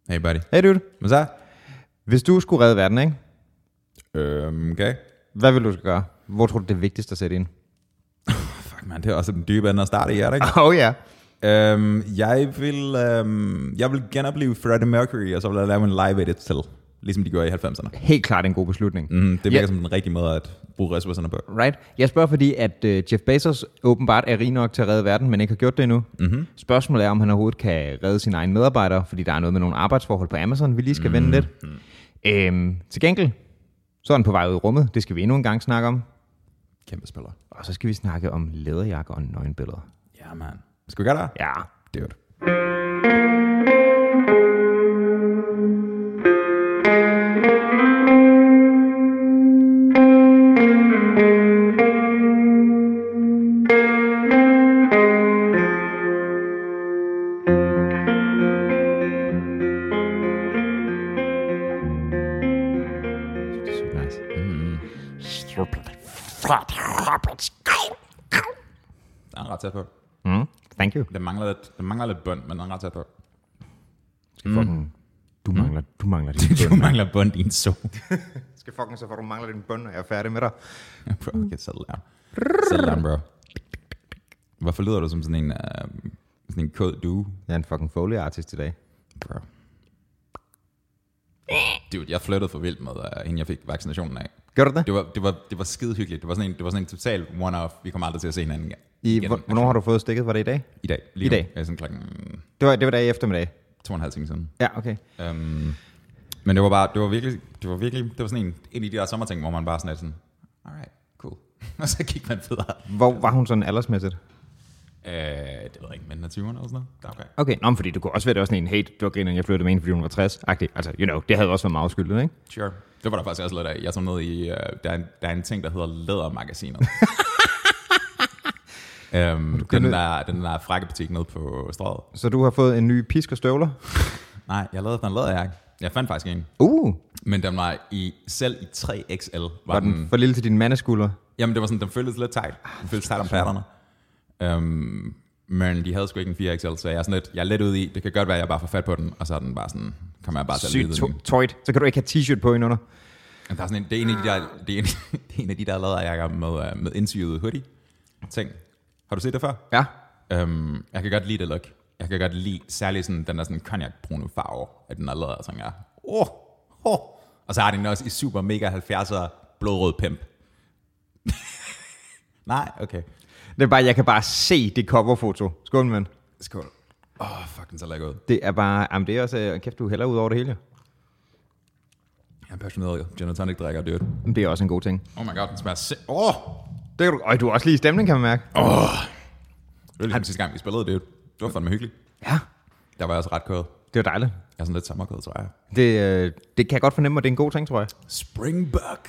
Hey buddy. Hey dude. Hvad så? Hvis du skulle redde verden, ikke? Okay. Hvad vil du gøre? Hvor tror du det er vigtigst at sætte ind? Fuck man, det er også den dybe ende at starte i, er det ikke? Ja. Jeg vil genopleve Freddie Mercury, og så vil jeg lave en live edit til, ligesom de gjorde i 90'erne. Helt klart en god beslutning. Det virker som den rigtige måde at bruge ressourcerne på. Right. Jeg spørger, fordi at Jeff Bezos åbenbart er rig nok til at redde verden, men ikke har gjort det endnu. Mm-hmm. Spørgsmålet er, om han overhovedet kan redde sine egne medarbejdere, fordi der er noget med nogle arbejdsforhold på Amazon, vi lige skal vende lidt. Til gengæld, så er han på vej ud i rummet. Det skal vi endnu en gang snakke om. Kæmpe spiller. Og så skal vi snakke om læderjakker og nøgenbilleder. Ja, man. Skal vi gøre det? Ja. Dude. Den er ret tæt på. Thank you. Den mangler lidt bund, men den er ret tæt på. Du mangler din bund. Du mangler bund i en so. Skal fucking så, for du mangler din bund, og jeg er færdig med dig. Bro, okay, settle down. Settle down, bro. Hvorfor lyder du som sådan en kød due? Jeg er en fucking Foley-artist i dag. Bro. Dude, jeg flyttede for vildt med, inden jeg fik vaccinationen af. Gør du det? Det var skide hyggeligt. Det var sådan en total one-off. Vi kommer aldrig til at se hinanden igen. Hvornår har du fået stikket? Var det i dag? I dag. I dag? Ja, sådan klokken Det var dag i eftermiddag. 2,5 timer siden. Ja, okay. Men det var sådan en af de der sommerting, hvor man bare sådan, alright, cool. Og så gik man videre. Hvor var hun sådan aldersmæssigt? Det ved jeg ikke, men 20'erne eller sådan noget. Okay. Okay, fordi det kunne også være, det var sådan en, hey, det var grineren, jeg flyttede med en, fordi hun var 60-agtig. Altså, det havde også været meget afskyldet, ikke? Sure. Det var der faktisk også lidt af. Jeg så noget i, der er en ting, der hedder Lædermagasinet. Den der frække butik nede på Strøget. Så du har fået en ny pisk og støvler? Nej, jeg lavede den læderjakke. Jeg fandt faktisk en. Men den var selv i 3XL. Var den for lille til din mandeskulder? Jamen, det var sådan, den føltes lidt tight. Den føltes tight om patterne. Men de havde sgu ikke en 4XL, så jeg er lidt ude i, det kan godt være, at jeg bare får fat på den, og så er den bare sådan, kommer jeg bare til at lide den. Tøjt. Så kan du ikke have t-shirt på indunder. Der er sådan det er en af de der læderjakker med indsyet hoodie ting. Har du set det før? Ja. Jeg kan godt lide det look. Jeg kan godt lide særligt sådan, den der sådan cognac-brune farve, at den er læder, sådan jeg. Og så har den også i super mega 70'er blodrød pimp. Nej, okay. Det er bare, jeg kan bare se det coverfoto. Skål, mand. Skål. Fuck, den så lækker ud. Det er bare, jamen det er også, kæft, du hælder ud over det hele. Jeg er passioneret gin and tonic drikker, dude. Det er også en god ting. Oh my god, den smager det kan du, du er også lige i stemning, kan man mærke. Det var ligesom sidste gang, vi spillede, dude. Det var fandme hyggeligt. Ja. Der var jeg også ret kød. Det var dejligt. Jeg er sådan lidt sommerkød, tror jeg. Det kan jeg godt fornemme, og det er en god ting, tror jeg. Springbuk.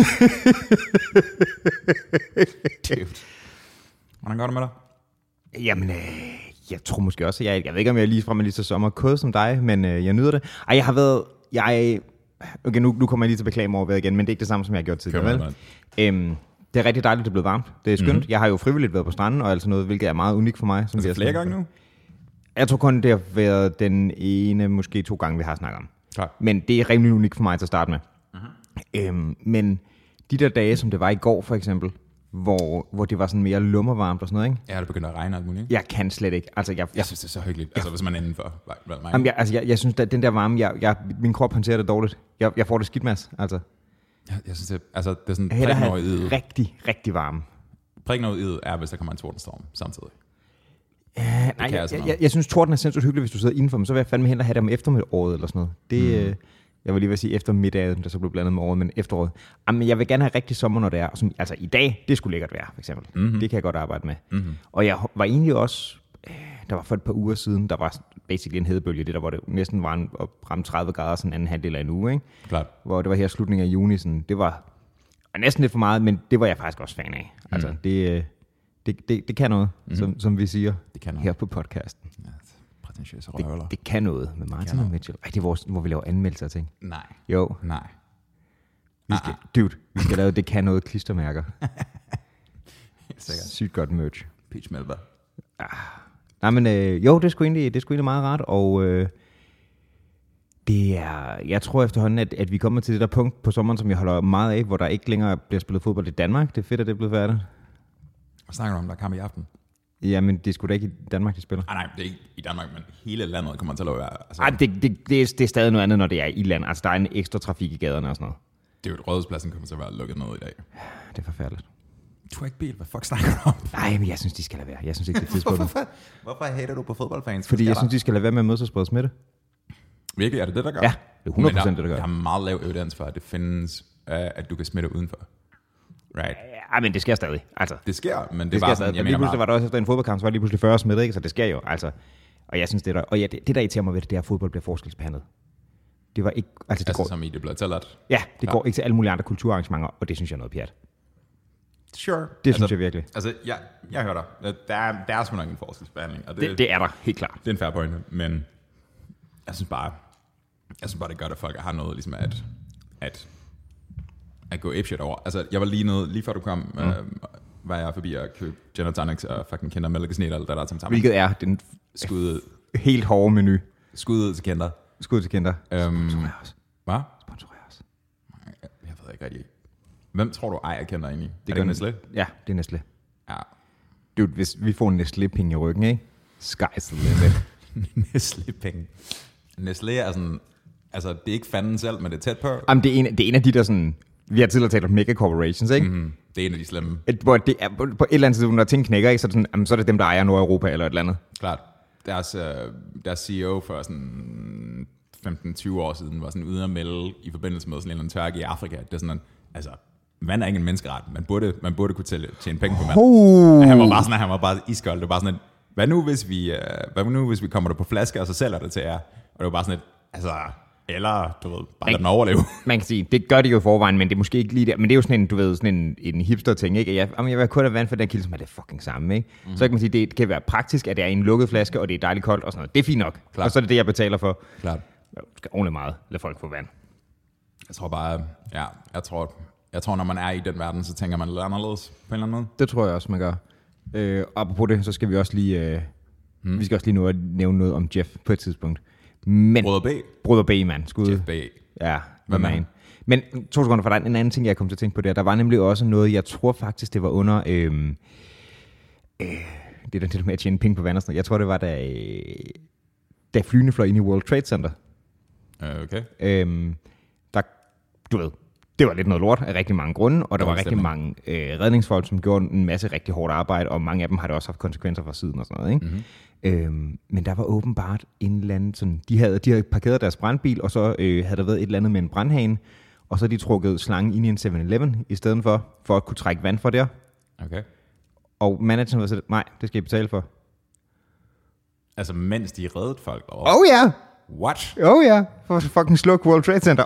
Dude. Hvordan går det med dig? Jamen, jeg tror måske også, jeg ved ikke, om jeg er lige så sommerkød som dig, men jeg nyder det. Jeg har været... Okay, nu kommer jeg lige til at beklage mig over ved igen, men det er ikke det samme, som jeg har gjort tidligere, vel? Det er rigtig dejligt, det er blevet varmt. Det er skønt. Mm-hmm. Jeg har jo frivilligt været på stranden og alt sådan noget, hvilket er meget unikt for mig. Som altså flere gange nu? Jeg tror kun, det har været den ene, måske 2 gange, vi har snakket om. Klar. Men det er rimelig unikt for mig til at starte med. Uh-huh. Men de der dage, som det var i går for eksempel, hvor det var sådan mere lummervarmt og sådan noget, ikke? Ja, det begynder at regne alt muligt. Jeg kan slet ikke. Altså, jeg synes, det er så hyggeligt. Altså, hvis man er indenfor. Jamen, jeg synes, at den der varme, min krop håndterer det dårligt. Jeg får det skidt, Mads. Altså. Jeg synes, det er sådan prikken over i'et. Rigtig, rigtig varme. Prikken over i'et er, hvis der kommer en tordenstorm samtidig. Nej, jeg synes, torden er sindssygt hyggelig, hvis du sidder indenfor, men så vil jeg fandme hellere have det om eftermiddagen eller sådan noget. Det, jeg vil lige sige eftermiddagen, der så blev blandet med året, men efteråret. Jamen, jeg vil gerne have rigtig sommer, når det er. Som, altså i dag, det skulle lækkert være, for eksempel. Mm-hmm. Det kan jeg godt arbejde med. Mm-hmm. Og jeg var egentlig også, der var for et par uger siden, der var basically en hedebølge, det der, hvor det næsten var at ramme 30 grader sådan anden halvdel af en uge, ikke? Klart. Hvor det var her slutningen af juni, sådan, det var næsten lidt for meget, men det var jeg faktisk også fan af. Altså, det kan noget, som vi siger her på podcasten. Ja. Det kan noget med Martin og Mitchell. Det er hvor vi laver anmeldelser og ting. Nej. Jo. Nej. Vi skal lave det kan noget klistermærker. Sygt godt merch. Peach Melba. Nej, men jo, det er sgu egentlig meget rart, og jeg tror efterhånden, at vi kommer til det der punkt på sommeren, som jeg holder meget af, hvor der ikke længere bliver spillet fodbold i Danmark. Det er fedt, at det er blevet færdigt. Hvad snakker du om, der er kamp i aften? Jamen, det er sgu da ikke i Danmark, de spiller. Nej, det er ikke i Danmark, men hele landet kommer til at være... Altså... Ej, det er stadig noget andet, når det er i land. Altså, der er en ekstra trafik i gaderne og sådan noget. Det er jo, at Rådhuspladsen kommer til at være lukket ned i dag. Det er forfærdeligt. Du er ikke bil, hvad fuck snakker du om? Nej, men jeg synes, de skal lade være. Jeg synes ikke, det er tidspunkt. Hvorfor hater du på fodboldfans? Fordi jeg synes, de skal lade være med at mødes og sprede smitte. Virkelig, er det det, der gør? Ja, det er 100% det, der gør. Jeg har meget lav evidens for, at det findes, at du kan smitte udenfor. Right. Ja, men det sker stadig. Altså, det sker, men det var sådan, jeg mener lige pludselig var der også efter en fodboldkamp, så var det lige pludselig 40 smitte, ikke? Så det sker jo, altså. Og jeg synes, det der irriterer mig ved det er, at fodbold bliver forskelsbehandlet. Det var ikke... Altså, det går, som i det bliver tilladt? Ja, det går ikke til alle mulige andre kulturarrangementer, og det synes jeg er noget pjat. Sure. Det synes jeg virkelig. Altså, jeg hører dig. Der er sgu nok en forskelsbehandling. Og det er der, helt klart. Det er en fair pointe, men jeg synes bare, det gør, at folk har noget, ligesom at gå apeshit over. Altså, jeg var lige før du kom, var jeg forbi at købe gin and tonics og fucking Kinder Mælkesnit og alt det der sammen. Hvilket er den helt hårde menu. Skud til Kinder. Skud til Kinder. Sponsorerer os. Hvad? Sponsorerer os. Jeg ved ikke rigtig. Hvem tror du ejer Kinder egentlig? Det er Nestlé? Ja, det er Nestlé. Ja. Dude, hvis vi får en Nestlé-penge i ryggen, ikke? Sky's the limit. Nestlé-penge. Nestlé er sådan... Altså, det er ikke fanden selv, men det er tæt på. Jamen, det er en af de der sådan... Vi har tidligere talt om mega corporations, ikke? Mm-hmm. Det er en af de slemme. Hvor det er, på et eller andet tidspunkt, når ting knækker, ikke? Så er det sådan, jamen, så er det dem, der ejer Nordeuropa eller et eller andet. Klart. Deres CEO for sådan 15-20 år siden var sådan ude at melde i forbindelse med sådan en tørke i Afrika. Det er sådan, altså, vand er ikke en menneskeret. Man burde kunne tjene penge på vand. Han var bare iskold. Det var bare sådan, hvad nu hvis vi kommer der på flaske, og så sælger det til jer? Og det var bare sådan et, altså... Eller, du ved, bare lad den overleve. Man kan sige, det gør det jo i forvejen, men det er måske ikke lige der. Men det er jo sådan en, du ved, sådan en hipster-ting, ikke? Jeg vil kun have vand for den kilde, som er det fucking samme, ikke? Mm-hmm. Så kan man sige, det kan være praktisk, at det er i en lukket flaske, og det er dejligt koldt og sådan noget. Det er fint nok. Klart. Og så er det det, jeg betaler for. Klart. Jeg skal ordentligt meget lade folk få vand. Jeg tror bare, jeg tror, når man er i den verden, så tænker man lidt anderledes på en eller anden måde. Det tror jeg også, man gør. Apropos det, så skal vi også lige, vi skal også lige nu at nævne noget om Jeff på et tidspunkt. Men, Broder B, mand. Jeff B. Ja, hvem er han? Men 2 sekunder for dig, en anden ting, jeg kom til at tænke på der var nemlig også noget, jeg tror faktisk, det var under, det der med at tjene penge på vand og sådan noget. Jeg tror, det var, da flyene fløj ind i World Trade Center. Okay. Der, du ved, det var lidt noget lort af rigtig mange grunde, og der var rigtig mange redningsfolk, som gjorde en masse rigtig hårdt arbejde, og mange af dem har det også haft konsekvenser fra siden og sådan noget, ikke? Mm-hmm. Men der var åbenbart en eller anden sådan, de havde parkeret deres brandbil, og så havde der været et eller andet med en brandhane, og så havde de trukket slangen ind i en 7-Eleven i stedet for at kunne trække vand fra der. Okay. Og manageren var sådan, nej, det skal I betale for. Altså mens de reddede folk over? Oh ja! Yeah. What? Oh ja, yeah. For at fucking slukke World Trade Center.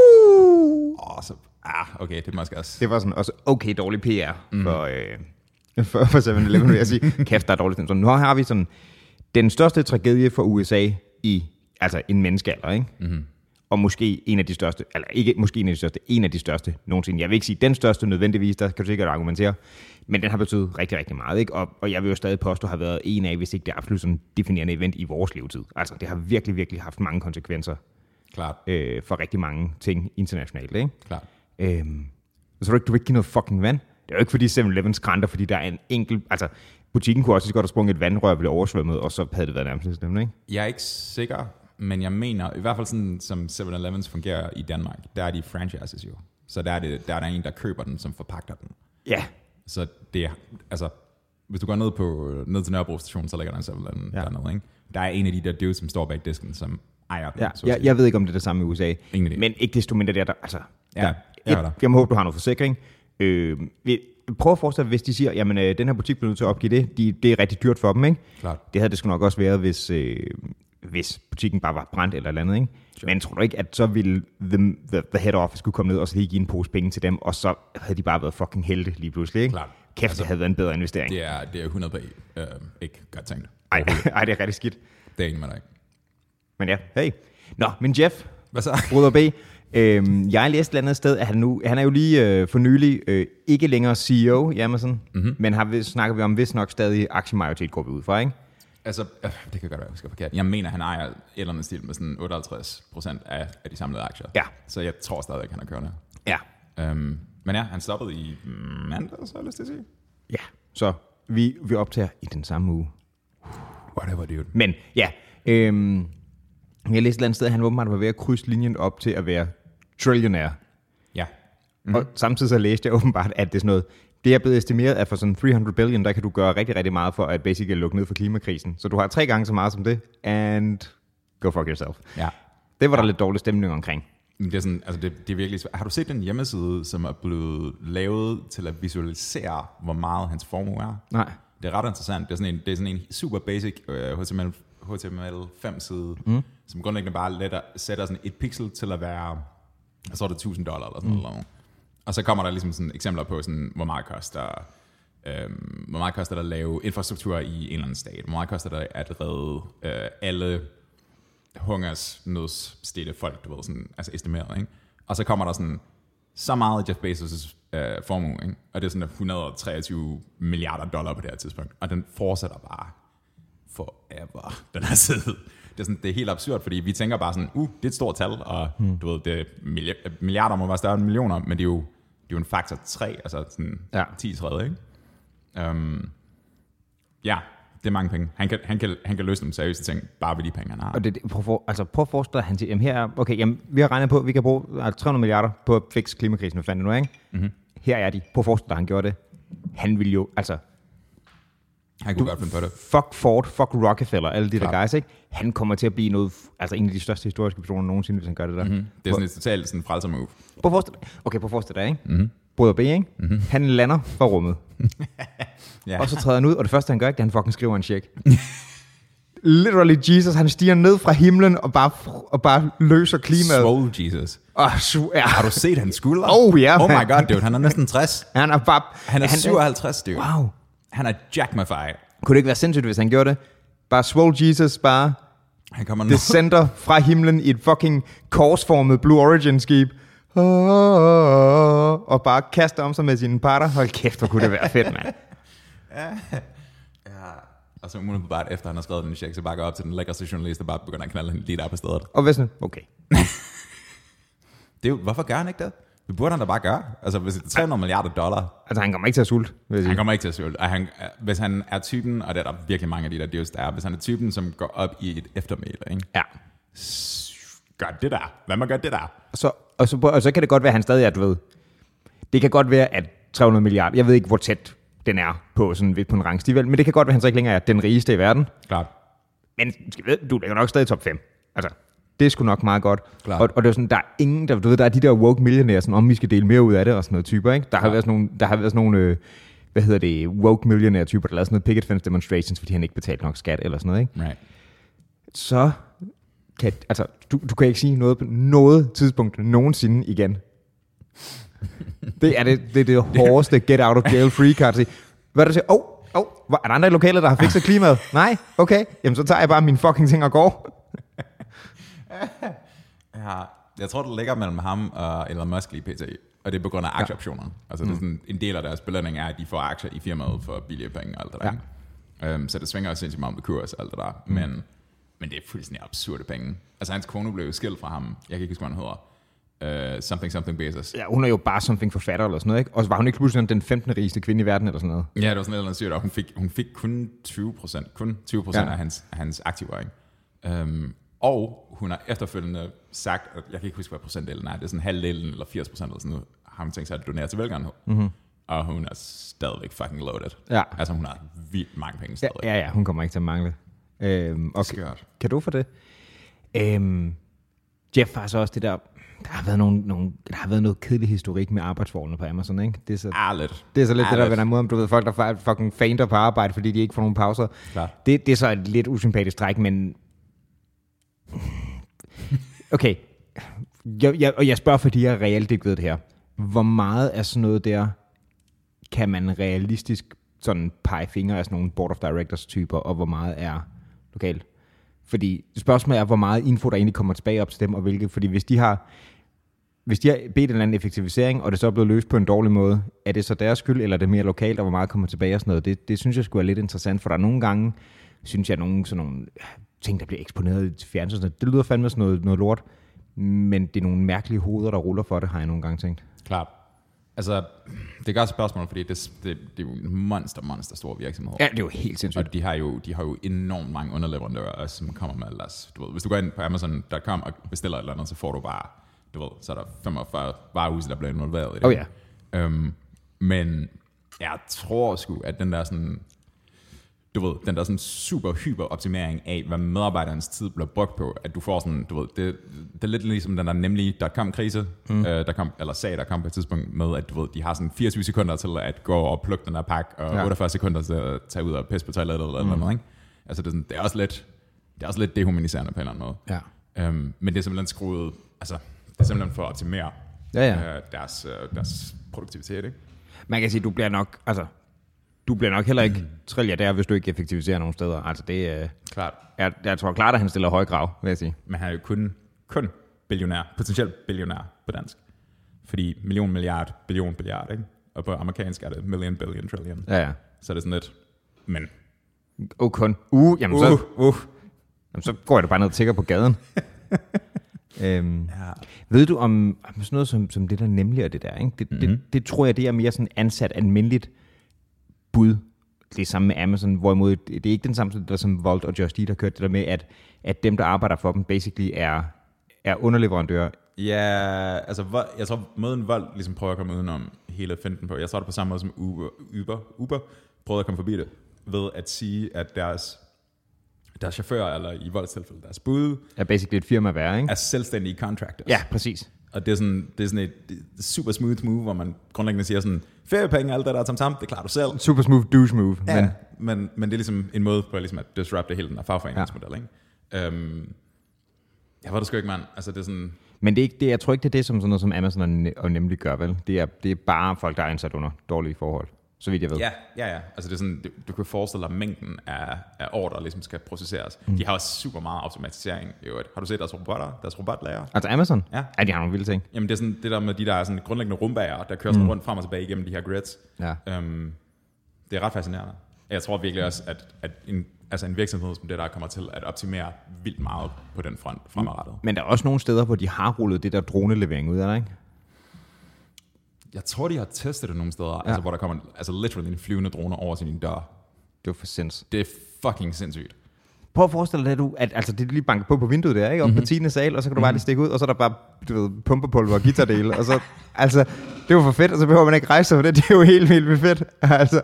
Okay, det måske også. Det var sådan også okay dårlig PR for 7-Eleven, vil jeg sige. Kæft, der er dårligt. Så nu har vi sådan den største tragedie for USA i altså en menneskealder, ikke? Mm-hmm. Og måske en af de største, eller ikke måske en af de største nogensinde. Jeg vil ikke sige den største nødvendigvis, der kan du sikkert argumentere, men den har betydet rigtig, rigtig meget, ikke? Og jeg vil jo stadig påstå, at har været en af, hvis ikke det er absolut sådan definerende event i vores levetid. Altså, det har virkelig, virkelig haft mange konsekvenser. Klart. For rigtig mange ting internationalt, ikke? Klart. Så du ikke give noget fucking vand. Det er jo ikke fordi 7-Eleven skranter, fordi der er en enkelt... Altså, butikken kunne også godt have sprunget et vandrør, blev oversvømmet, og så havde det været nærmest lidt nemt, ikke? Jeg er ikke sikker, men jeg mener, i hvert fald sådan, som 7-Elevens fungerer i Danmark, der er de franchises jo. Så der er en, der køber den, som forpagter den. Ja. Så det er... Altså, hvis du går ned til Nørrebro station, så ligger der en 7-Eleven dernede, ikke? Der er en af de der dudes, som står bag disken, som ejer den. Ja, jeg ved ikke, om det er det samme i USA. Men ikke desto mindre der altså... Jeg må håbe, du har noget forsikring. Prøv at forestille dig, hvis de siger, jamen den her butik bliver nødt til at opgive det. Det er rigtig dyrt for dem, ikke? Klart. Det havde det sgu nok også været, hvis butikken bare var brændt eller andet, ikke? Sure. Men tror du ikke, at så ville the head office skulle komme ned og så lige give en pose penge til dem, og så havde de bare været fucking helte lige pludselig, ikke? Klart. Kæft, det havde været en bedre investering. Det er 100 bag ikke godt tænkt. Ej, det er rigtig skidt. Det er egentlig med dig. Men ja, hey. Nå, men Jeff, hvad så? Broder B, jeg læste et andet sted, at han er jo lige for nylig ikke længere CEO i Amazon, men snakker vi om vist nok stadig aktiemajoritet, går vi ud fra, ikke? Altså, det kan godt være, jeg husker forkert. Jeg mener, han ejer et eller andet stil med sådan 58% af de samlede aktier. Ja. Så jeg tror stadig, han er kørende. Ja. Men ja, han stoppede i mandag, så har jeg lyst til at sige. Ja, så vi optager i den samme uge. Whatever, dude. Men ja, jeg læste et eller andet sted, at han åbenbart var ved at krydse linjen op til at være trillionaire. Ja. Og samtidig så læste jeg åbenbart, at det er sådan noget, det er blevet estimeret, at for sådan 300 billion, der kan du gøre rigtig, rigtig meget for at basically lukke ned for klimakrisen. Så du har 3 gange så meget som det, and go fuck yourself. Ja. Det var der lidt dårlig stemning omkring. Det er sådan, altså det er virkelig svært. Har du set den hjemmeside, som er blevet lavet til at visualisere, hvor meget hans formue er? Nej. Det er ret interessant. Det er sådan en super basic HTML5-side, som grundlæggende bare sætter sådan et pixel til at være, så er det $1,000 eller sådan noget. Og så kommer der ligesom sådan eksempler på, sådan, hvor meget koster det at lave infrastruktur i en eller anden stat. Hvor meget koster det at redde alle hungersnødsstede folk, du ved, sådan, altså estimeret, ikke? Og så kommer der sådan, så meget Jeff Bezos' formue, ikke? Og det er sådan 123 milliarder dollar på det her tidspunkt. Og den fortsætter bare forever, den her side. Det er helt absurd, fordi vi tænker bare sådan, det er et stort tal, og du ved, det milliarder må være større end millioner, men det er jo en faktor 3, altså sådan 10-30, ikke? Ja, det er mange penge. Han kan løse nogle seriøse ting, bare ved de penge, han har. Og prøv at forestille dig, han siger, vi har regnet på, at vi kan bruge 300 milliarder på at fikse klimakrisen, hvad fanden nu, ikke? Mm-hmm. Her er de. Prøv at forestille dig, han gjorde det. Han ville jo, altså... Han kunne godt finde på det. Fuck Ford, fuck Rockefeller, alle de der guys, ikke? Han kommer til at blive noget, altså en af de største historiske personer nogensinde, hvis han gør det der. Mm-hmm. Det er sådan et totalt sådan frelser move. Prøv at forestille dig, ikke? Mm-hmm. Broder B, ikke? Mm-hmm. Han lander fra rummet. Og så træder han ud, og det første han gør, det er, han fucking skriver en check. Literally Jesus, han stiger ned fra himlen og bare løser klimaet. Swole Jesus. Har du set hans skulder? Oh my god, dude, han er næsten 60. Han er 57, dude. Wow. Han er Jack Maffei. Kunne det ikke være sindssygt, hvis han gjorde det? Bare swole Jesus, bare han kommer descender fra himlen i et fucking korsformet Blue Origin skib. Og bare kaster om sig med sine parter. Hold kæft, hvor kunne det være fedt, mand. Ja. Og så umiddelbart efter han har skrevet den check, så bare går op til den lækreste journalist, og bare begynder at knalde lige der på stedet. Og hvad sådan? Okay. Det er jo, hvorfor gør han ikke det? Det burde han da bare gøre. Altså hvis det er 300 milliarder dollar. Altså han kommer ikke til at sulte. Han kommer ikke til at sulte. Og hvis han er typen, og det er der virkelig mange af de der deals, der er, hvis han er typen, som går op i et eftermæle, ikke? Ja. Gør det der. Hvad man gør det der? Og så kan det godt være, at han stadig er, du ved. Det kan godt være, at 300 milliarder, jeg ved ikke, hvor tæt den er på sådan på en rangstige, men det kan godt være, at han så ikke længere er den rigeste i verden. Klart. Men du ligger nok stadig top 5. Altså, det er sgu nok meget godt. Og det er sådan, der er ingen, du ved, der er de der woke millionaire, sådan, om vi skal dele mere ud af det og sådan noget typer, ikke? Der har været sådan nogle, woke millionaire typer, der lavede sådan noget picket fence demonstrations, fordi han ikke betalte nok skat eller sådan noget, ikke? Right. Så du kan ikke sige noget på noget tidspunkt nogensinde igen. Det er det hårdeste get out of jail free card. Hvad der siger? Er der andre i lokalet, der har fikset klimaet? Nej? Okay. Jamen så tager jeg bare mine fucking ting og går. Ja, jeg tror, det ligger mellem ham og Elon Musk lige pt. Og det er på grund af aktieoptioner. Altså det er sådan, en del af deres belønning er, at de får aktier i firmaet for billige penge og alt det der. Så det svinger også sindssygt meget med kurs og alt det der. Men det er fuldstændig absurde penge. Altså hans kone blev skilt fra ham. Jeg kan ikke huske, hvad han hedder. Something Bezos. Ja, hun er jo bare something forfatter eller sådan noget, ikke? Og så var hun ikke pludselig den 15. rigeste kvinde i verden eller sådan noget. Ja, det var sådan noget sygt, og hun fik kun 20% af hans aktiver, ikke? Og hun har efterfølgende sagt, at jeg kan ikke huske, hvad procentdelen er, det er sådan halvdelen eller 80% eller sådan noget, har hun tænkt sig at donere til velgørenhed. Mm-hmm. Og hun er stadigvæk fucking loaded. Ja. Altså hun har vildt mange penge stadig. Ja, hun kommer ikke til at mangle. Kan du for det? Jeff har så også det der, der har været noget kedelig historik med arbejdsforholdene på Amazon, ikke? Det er så lidt det der måde, om du ved, folk der fucking fainter på arbejde, fordi de ikke får nogen pauser. Det er så et lidt usympatisk træk, men okay. Jeg spørger, fordi jeg reelt ikke ved det her. Hvor meget af sådan noget der kan man realistisk sådan pege fingre af sådan nogle board of directors typer, og hvor meget er lokalt? Fordi spørgsmålet er, hvor meget info der egentlig kommer tilbage op til dem, og hvilket. Fordi hvis de har bedt en eller anden effektivisering, og det så er blevet løst på en dårlig måde, er det så deres skyld, eller er det mere lokalt, og hvor meget kommer tilbage og sådan noget? Det synes jeg skulle være lidt interessant, for der er nogle gange, synes jeg, nogle sådan nogle ting, der bliver eksponeret til fjernsyn. Det lyder fandme sådan noget lort, men det er nogle mærkelige hoveder, der ruller for det, har jeg nogle gange tænkt. Klart. Altså, det er godt et spørgsmål, fordi det er jo en monster store virksomhed. Ja, det er jo helt sindssygt. Og de har jo enormt mange underleverandører også, som kommer med deres, du ved, hvis du går ind på Amazon.com og bestiller et eller andet, så får du bare, du ved, så er der 45 varehuse, der bliver involveret i det. Ja. Men jeg tror sgu, at den der sådan, du ved, den der sådan super hyper optimering af, hvad medarbejderens tid bliver brugt på, at du får sådan, du ved, det er lidt ligesom den der nemlig.com-krise, der kom på et tidspunkt med, at du ved, de har sådan 24 sekunder til at gå og plukke den der pakke, og 48 sekunder til at tage ud og pisse på toilettet eller noget, ikke? Altså det er også lidt dehumaniserende på en eller anden måde. Ja. Men det er simpelthen skruet, altså det er simpelthen for at optimere deres produktivitet, ikke? Man kan sige, du bliver nok heller ikke trilliardær, hvis du ikke effektiviserer nogle steder. Altså det er klart. Jeg tror klart, at han stiller høje krav, vil jeg sige. Men han er jo kun billionær, potentielt billionær på dansk. Fordi million, milliard, billion, billiard, ikke? Og på amerikansk er det million, billion, trillion. Ja. Så er det sådan lidt, men... Kun. Jamen så går jeg da bare ned og tigger på gaden. Ved du om sådan noget som det der nemlig og det der, ikke? Det tror jeg, det er mere sådan ansat almindeligt bud. Det er samme med Amazon, hvorimod det er ikke den samme, der som Volt og Just Eat har kørt det der med, at dem, der arbejder for dem, basically er underleverandører. Ja, altså jeg tror, måden Volt ligesom prøver at komme udenom hele finten på, jeg tror det på samme måde som Uber prøvede at komme forbi det, ved at sige, at deres chauffører, eller i Volts tilfælde, deres bud, er basically et firma værd, ikke? Er selvstændige contractors. Ja, præcis. Og det er sådan et super smooth move, hvor man grundlæggende siger sådan, feriepenge, alt det der tam, det klarer du selv. Super smooth douche move. Ja, men det er ligesom en måde på ligesom at disrupte hele den her fagforeningsmodel, ikke? Jeg ved det sgu ikke, mand. Altså det er sådan... Men det er ikke, jeg tror ikke, det er det, som sådan noget som Amazon og nemlig gør, vel? Det er bare folk, der er ansat under dårlige forhold, så vidt jeg ved. Ja. Altså det er sådan, du kan forestille dig mængden af ordre, der ligesom skal processeres. De har også super meget automatisering i øvrigt. Har du set deres robotlager? Altså Amazon? Ja, de har nogle vilde ting. Jamen det er sådan det der med de der er sådan grundlæggende rumbager, der kører sådan rundt frem og tilbage igennem de her grids. Ja. Det er ret fascinerende. Jeg tror virkelig også, at en virksomhed som det der kommer til at optimere vildt meget på den front fremadrettet. Men der er også nogle steder, hvor de har rullet det der dronelevering ud af der, ikke? Jeg tror, de har testet det nogle steder, altså, hvor der kommer literally en flyvende drone over til din dør. Det er for sindssygt. Det er fucking sindssygt. Prøv at forestille dig, at det lige banker på vinduet der, ikke? Op på 10. sal, og så kan du bare lige stikke ud, og så er der bare, pumpepulver og guitardele, og så, altså, det er jo for fedt, og så behøver man ikke rejse sig for det. Det er jo helt vildt fedt, altså.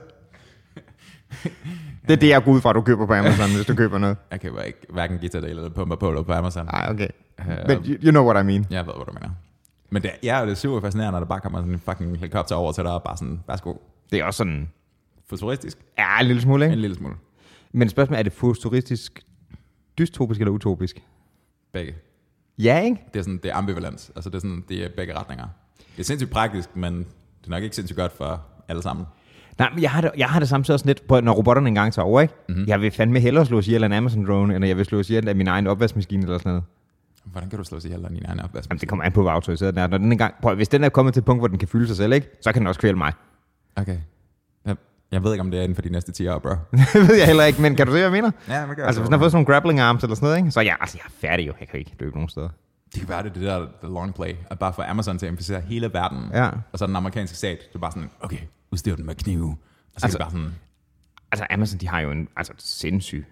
Det er det, jeg går ud fra, at du køber på Amazon, hvis du køber noget. Jeg køber ikke hverken guitardele eller pumpepulver på Amazon. Nej, okay. Men you know what I mean. Jeg ved, hvad du mener. Men det er super fascinerende, når der bare kommer sådan en fucking helikopter over til dig, og bare sådan, værsgo. Det er også sådan... Futuristisk? Ja, en lille smule, ikke? En lille smule. Men spørgsmålet er det futuristisk, dystopisk eller utopisk? Begge. Ja, ikke? Det er ambivalens. Altså det er begge retninger. Det er sindssygt praktisk, men det er nok ikke sindssygt godt for alle sammen. Nej, men jeg har det samtidig også lidt, når robotterne engang tager over, ikke? Jeg vil fandme hellere slå ihjel af en Amazon-drone, end jeg vil slå ihjel af min egen opvaskemaskine eller sådan noget. Hvordan kan du slå ihjel af din egen opvaskemaskine? Jamen, det kommer an på, hvor autoriseret den er. Når den hvis den er kommet til et punkt, hvor den kan fylde sig selv, ikke? Så kan den også kvæle mig. Okay. Jeg ved ikke, om det er inden for de næste 10 år, bro. Det ved jeg heller ikke, men kan du se, hvad jeg mener? Ja, men altså, hvis den har fået sådan nogle grappling arms eller sådan noget, ikke? Så jeg er færdig jo. Jeg kan ikke løbe nogen steder. Det kan være det der the long play, at bare få Amazon til at inficere hele verden. Ja. Og så den amerikanske stat, det er bare sådan, okay, udstyr den med knive. Og så altså, bare sådan... Altså Amazon, de har jo en sindssyg.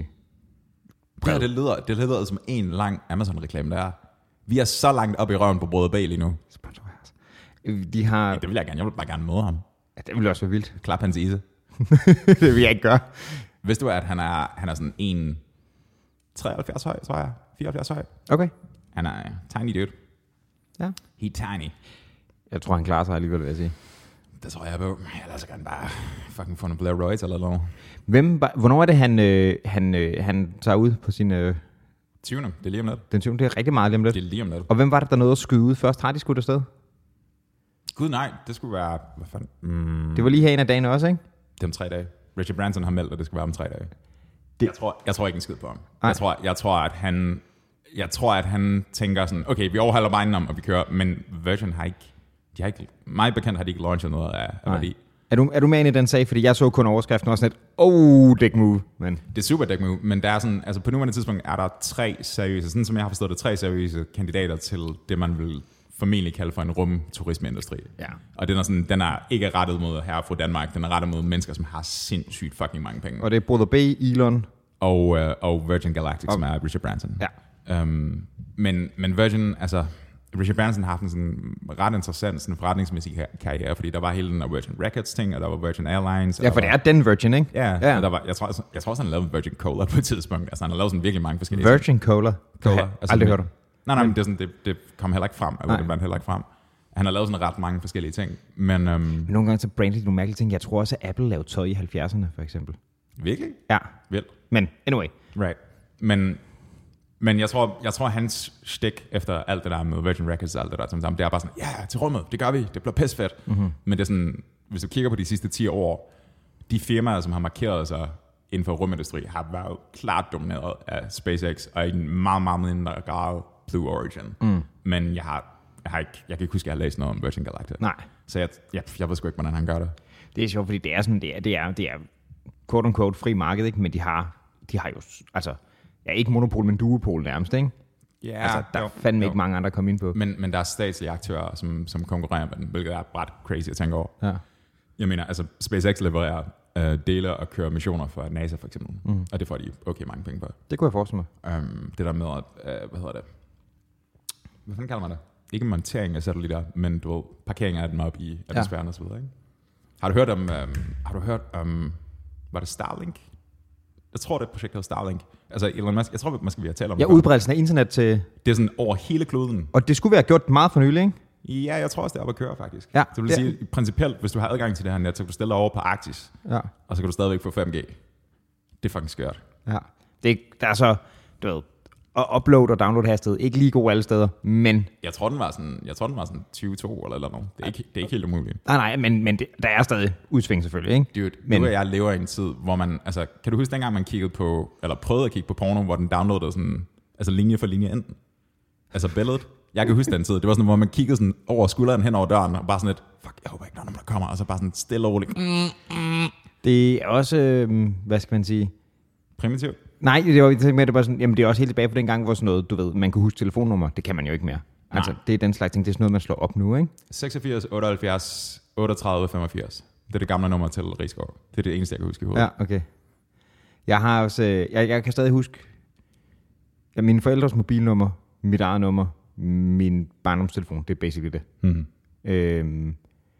Ja, det lyder som en lang Amazon-reklame, der er. Vi er så langt op i røven på brød og bag lige nu. De har... Ja, det vil jeg gerne. Jeg vil bare gerne møde ham. Ja, det ville også være vildt. Klap hans ise. Det vil jeg ikke gøre. Vidste du, at han er sådan 1,73 høj, tror jeg. 74 høj. Okay. Han er tiny dude. Ja. He tiny. Jeg tror, han klarer sig alligevel, vil jeg sige. Det tror jeg på. Ellers kan han bare fucking få nogle Blair Royce eller noget. Hvornår er det, han tager ud på sin... 20. Det er lige om lidt. Den 20. Det er rigtig meget lige om lidt. Det er lige om lidt. Og hvem var det, der nåede at skyde ud først? Har de skudt afsted? Gud nej, det skulle være... Hvad fanden? Det var lige her en af dagene også, ikke? Det er om 3 dage. Richard Branson har meldt, at det skal være om 3 dage. Jeg tror ikke en skid på ham. Jeg tror, at han tænker sådan, okay, vi overholder Biden om, og vi kører, men Virgin har ikke, mig bekendt har de ikke launchet noget af værdi. Er du med ind i den sag? Fordi jeg så kun overskriften og sådan et, dick move. Men. Det er super dick move, men der er sådan, altså på nuværende tidspunkt er der 3 seriøse, sådan som jeg har forstået det, 3 seriøse kandidater til det, man vil formentlig kalde for en rumturismeindustri. Ja. Og den er ikke rettet mod herre fra Danmark, den er rettet mod mennesker, som har sindssygt fucking mange penge. Og det er Brother B, Elon. Og Virgin Galactic, som er Richard Branson. Ja. Men Virgin, altså Richard Branson har haft en sådan ret interessant sådan forretningsmæssig karriere, fordi der var hele den der Virgin Records ting, og der var Virgin Airlines. Ja, for det er den Virgin, ikke? Ja. Og der var, jeg tror også, han lavede Virgin Cola på et tidspunkt. Altså han har lavet sådan virkelig mange forskellige Virgin Cola? Cola. Altså, aldrig hørt om. Nej, men det kom heller ikke frem. Det vandt heller ikke frem. Han har lavet sådan ret mange forskellige ting. Men nogle gange så brander de nogle mærkelige ting. Jeg tror også, at Apple lavede tøj i 70'erne, for eksempel. Virkelig? Ja. Vildt. Men anyway. Right. Men jeg tror hans stik efter alt det der med Virgin Records og alt det der, det er bare sådan, ja, til rummet, det gør vi, det bliver pissefedt. Mm-hmm. Men det er sådan, hvis du kigger på de sidste 10 år, de firmaer, som har markeret sig inden for rumindustri, har været klart domineret af SpaceX, og i en meget, meget mindre grad Blue Origin. Mm. Men jeg kan ikke huske, at jeg har læst noget om Virgin Galactic. Nej. Så jeg ved sgu ikke, hvordan han gør det. Det er sjovt, fordi det er sådan, det er quote-unquote fri marked, ikke? Men de har jo, altså, ikke monopol, men duopol nærmest, ikke? Ja, altså, der er fandme ikke mange andre at komme ind på. Men der er statslige aktører, som konkurrerer med den, hvilket er ret crazy at tænke over. Ja. Jeg mener, altså SpaceX levererer dele og kører missioner for NASA for eksempel, og det får de okay mange penge på. Det kunne jeg forestille mig. Det der med, at, hvad fanden kalder man det? Ikke montering af satellitter, men du ved, parkering af dem op i atmosfæren og så videre, ikke? Har du hørt om, var det Starlink? Jeg tror, det er et projekt, der hedder Starlink. Altså Elon Musk, jeg tror, man skal tale om det. Ja, udbredelsen af internet til... Det er sådan over hele kloden. Og det skulle være gjort meget for nylig, ikke? Ja, jeg tror også, det er oppe at køre, faktisk. Ja, så vil sige, principielt, hvis du har adgang til det her net, så kan du stille dig over på Arktis. Ja. Og så kan du stadigvæk få 5G. Det er fucking skørt. Ja. Der er så, du ved, upload og download hastighed. Ikke lige god alle steder, men... Jeg tror, den var sådan 22 eller noget. Det er ikke helt umuligt. Nej, men der er stadig udsving selvfølgelig, ikke? Dude, nu er jeg lever i en tid, hvor man... Altså, kan du huske dengang, man kiggede på... Eller prøvede at kigge på porno, hvor den downloadede sådan... Altså linje for linje ind. Altså billedet. Jeg kan huske den tid. Det var sådan, hvor man kiggede sådan over skulderen hen over døren, og bare sådan et... Fuck, jeg håber ikke, der er nogen, der kommer. Og så bare sådan stille og roligt. Det er også... hvad skal man sige? Primitivt. Nej, det var sådan, jamen det er også helt tilbage på den gang, hvor sådan noget, du ved, man kan huske telefonnummer. Det kan man jo ikke mere. Nej. Altså, det er den slags ting, det er sådan noget, man slår op nu, ikke? 86, 78, 38, 85. Det er det gamle nummer til Rigskov. Det er det eneste, jeg kan huske i hovedet. Ja, okay. Jeg har også, jeg kan stadig huske, mine forældres mobilnummer, mit eget nummer, min barndomstelefon, det er basically det. Mm-hmm.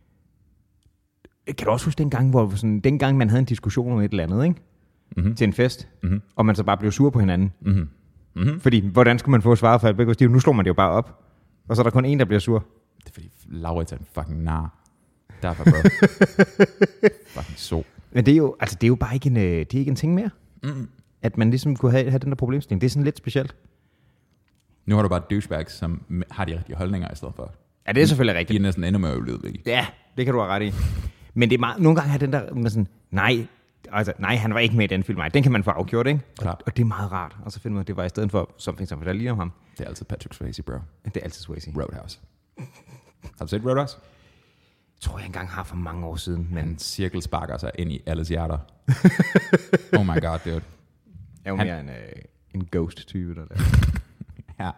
Kan du også huske dengang man havde en diskussion om et eller andet, ikke? Mm-hmm. Til en fest, og man så bare blev sur på hinanden. Mm-hmm. Mm-hmm. Fordi, hvordan skulle man få svaret for at nu slår man det jo bare op, og så er der kun en, der bliver sur. Det er fordi, Laurits er en fucking nar. Derfor, bro. Fucking så. Men det er jo bare ikke en ting mere. Mm-hmm. At man ligesom kunne have den der problemstilling. Det er sådan lidt specielt. Nu har du bare douchebags, som har de rigtige holdninger i stedet for. Ja, det er selvfølgelig rigtigt. De er næsten endnu mere ulydelige. Ja, det kan du have ret i. Men det er meget, nogle gange har den der med sådan, nej, han var ikke med i den film. Nej, den kan man få afgjort, ikke? Og det er meget rart. Og så finder man, det var i stedet for something, som fortalte lige om ham. Det er altid Patrick Swayze, bro. Det er altid Swayze. Roadhouse. Har du set Roadhouse? Jeg tror, jeg engang har for mange år siden. Men... Han cirkelsparker sig ind i alles hjerter. Oh my god, dude. Jeg er jo mere en ghost-type, der. Ja.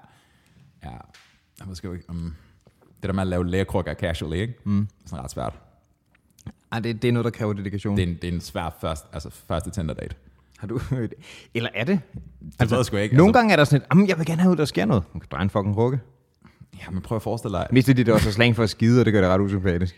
Jeg ved sgu ikke det der med at lave lægerkrukker casually, ikke? Det er sådan ret svært. Det er noget, der kræver dedikation. Det er en svær første Tinder-date. Har du eller er det? Det ved jeg sgu ikke. Nogle gange er der sådan et, jeg vil gerne have ud, der sker noget. Man kan dreje en fucking krukke. Ja, men prøv at forestille dig. Hvis det er også slang for at skide, og det gør det ret usympatisk.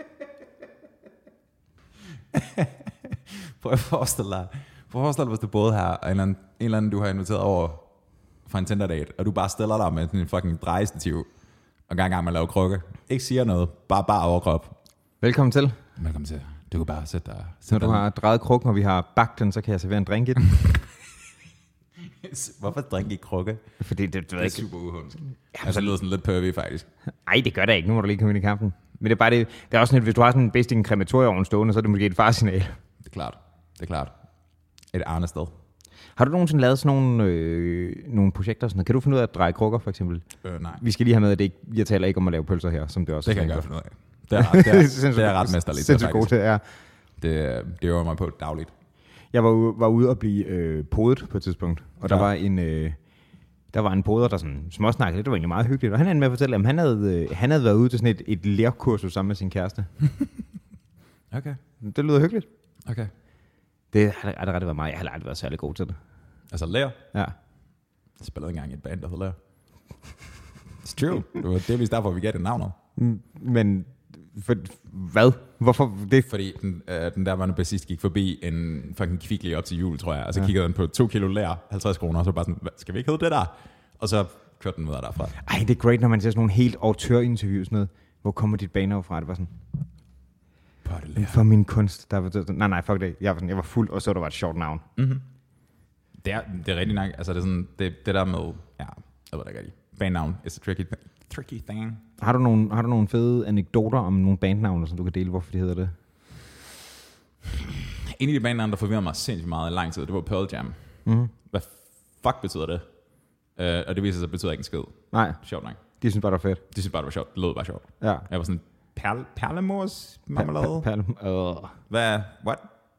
Prøv at forestille dig, hvis du både har en eller anden, du har inviteret over for en Tinder-date, og du bare stiller dig med en fucking drejestativ, og gang man laver krukke. Ikke siger noget, bare overkrop. Velkommen til. Du kan bare sætte dig. Når du har drejet krukken, og vi har bagt den, så kan jeg servere en drink i den. Hvorfor drikke i krukke? Fordi det er super uhundsk. Ja, så lyder sådan lidt pervy, faktisk. Nej, det gør det ikke. Nu må du lige komme ind i kampen. Men det er bare det. Det er også sådan, hvis du har sådan en bedst i en krematorieovn stående, så er det måske et farsignal. Det er klart. Et andet sted. Har du nogensinde lavet sådan nogle projekter? Sådan noget? Kan du finde ud af at dreje krukker, for eksempel? Nej. Vi skal lige have med, at jeg taler ikke om at lave pølser her, som det også det kan jeg godt finde ud af. Det er ret mesterligt. Sindssygt god til, ja. Det øver mig på dagligt. Jeg var ude og blive podet på et tidspunkt, og der var en poder, der sådan småsnakkede lidt. Det var egentlig meget hyggeligt, og han endte med at fortælle, at han havde været ude til sådan et lærkursus sammen med sin kæreste. Okay. Det lyder hyggeligt. Okay. Det har aldrig været mig. Jeg har aldrig været særlig god til det. Altså lærer? Ja. Jeg spillede engang i et band, der hedder lærer. It's true. Det var delvis derfor, vi gav det navnet. Men hvad? Hvorfor det? Fordi den der var bassist gik forbi en fucking kvicklig op til jul, tror jeg. Og så kiggede den på 2 kilo lær, 50 kroner, og så bare sådan, skal vi ikke hedde det der? Og så kørte den videre derfra. Ej, det er great, når man ser sådan nogle helt autør-interviews noget. Hvor kommer dit banner fra? Det var sådan, for min kunst. Der var, nej, fuck det. Jeg var fuld, og så der var et sjovt navn. Mm-hmm. Det er rigtig nok. Altså det er sådan, det der med, ja, jeg ved det ikke. Bandnavn is a tricky thing. Har du nogle fede anekdoter om nogle bandnavne, som du kan dele, hvorfor de hedder det? En af de bandnavne, der forvirrer mig sindssygt meget i lang tid, det var Pearl Jam. Mm-hmm. Hvad fuck betyder det? Og det viser sig, at det betyder ikke en skid. Nej. Sjovt nok. De synes bare, det var fedt. De synes bare, det var sjovt. Det lød bare sjovt. Ja. Jeg var sådan, perlemors marmelade? Hvad? What?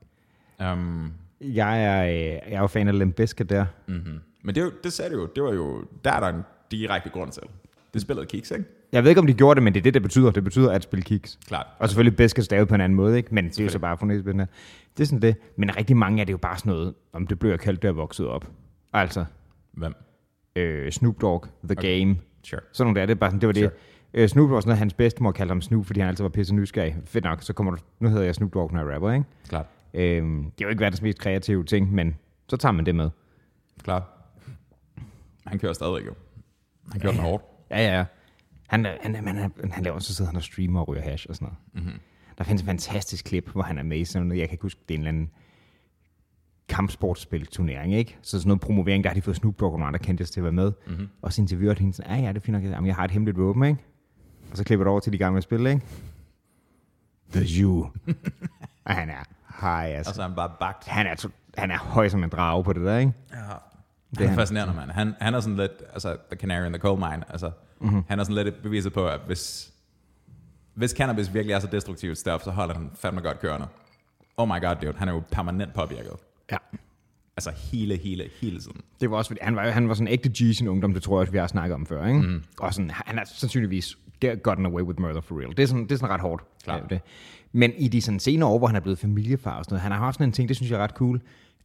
Jeg er jo fan af Limp Bizkit der. Mm-hmm. Men det sagde du jo. Det var jo, der er en direkte grund til. Det spillede Kiks, ikke? Jeg ved ikke, om de gjorde det, men det er det betyder. Det betyder at spille Kiks. Klart. Og selvfølgelig Bizkit stavet på en anden måde, ikke? Men det er jo så bare fonetisk. Det er sådan det. Men rigtig mange af det er jo bare sådan noget, om det blev kaldt, der vokset op. Altså. Hvem? Snoop Dogg, The Game. Sure. Sådan nogle der. Det er bare sådan, det var sure. det. Snoop var sådan noget, hans bedstemor kaldte ham Snoop, fordi han altid var pisse nysgerrig. Fedt nok, så kommer du, nu hedder jeg Snoop Dogg, når jeg rapper, ikke? Klart. Det er jo ikke verdens mest kreative ting, men så tager man det med. Klart. Han kører stadig jo. Han kører den hårdt. Ja. Han laver så sidder han og streamer og ryger hash og sådan noget. Mm-hmm. Der findes et fantastisk klip, hvor han er med i sådan noget, jeg kan ikke huske, det er en eller anden kampsportspil-turnering, ikke? Så sådan noget promovering, der har de fået Snoop Dogg og nogle andre kendte til at være med. Mm-hmm. Og så interviewer hende sådan, ja, det er fint nok, jamen, jeg har et hemmeligt våben, ikke? Og så klipper det over til de gamle at spille, ikke? The you. Og han er high, altså. Og så er han bare bagt. Han er høj som en drage på det der, ikke? Ja. Det er fascinerende, mand. Han er sådan lidt, altså, the canary in the coal mine, altså. Mm-hmm. Han er sådan lidt beviset på, at hvis cannabis virkelig er så destruktivt stof, så holder han fandme godt kørende. Oh my god, dude. Han er jo permanent påvirket. Ja. Altså hele tiden. Det var også, fordi han var sådan en ægte G i sin ungdom, det tror jeg også, vi har snakket om før, ikke? Mm. Og sådan, han er sandsynligvis gotten away with murder for real. Det er sådan ret hårdt. Klar. Det. Men i de sådan senere år, hvor han er blevet familiefar og sådan noget, han har haft sådan en ting, det synes jeg er ret cool.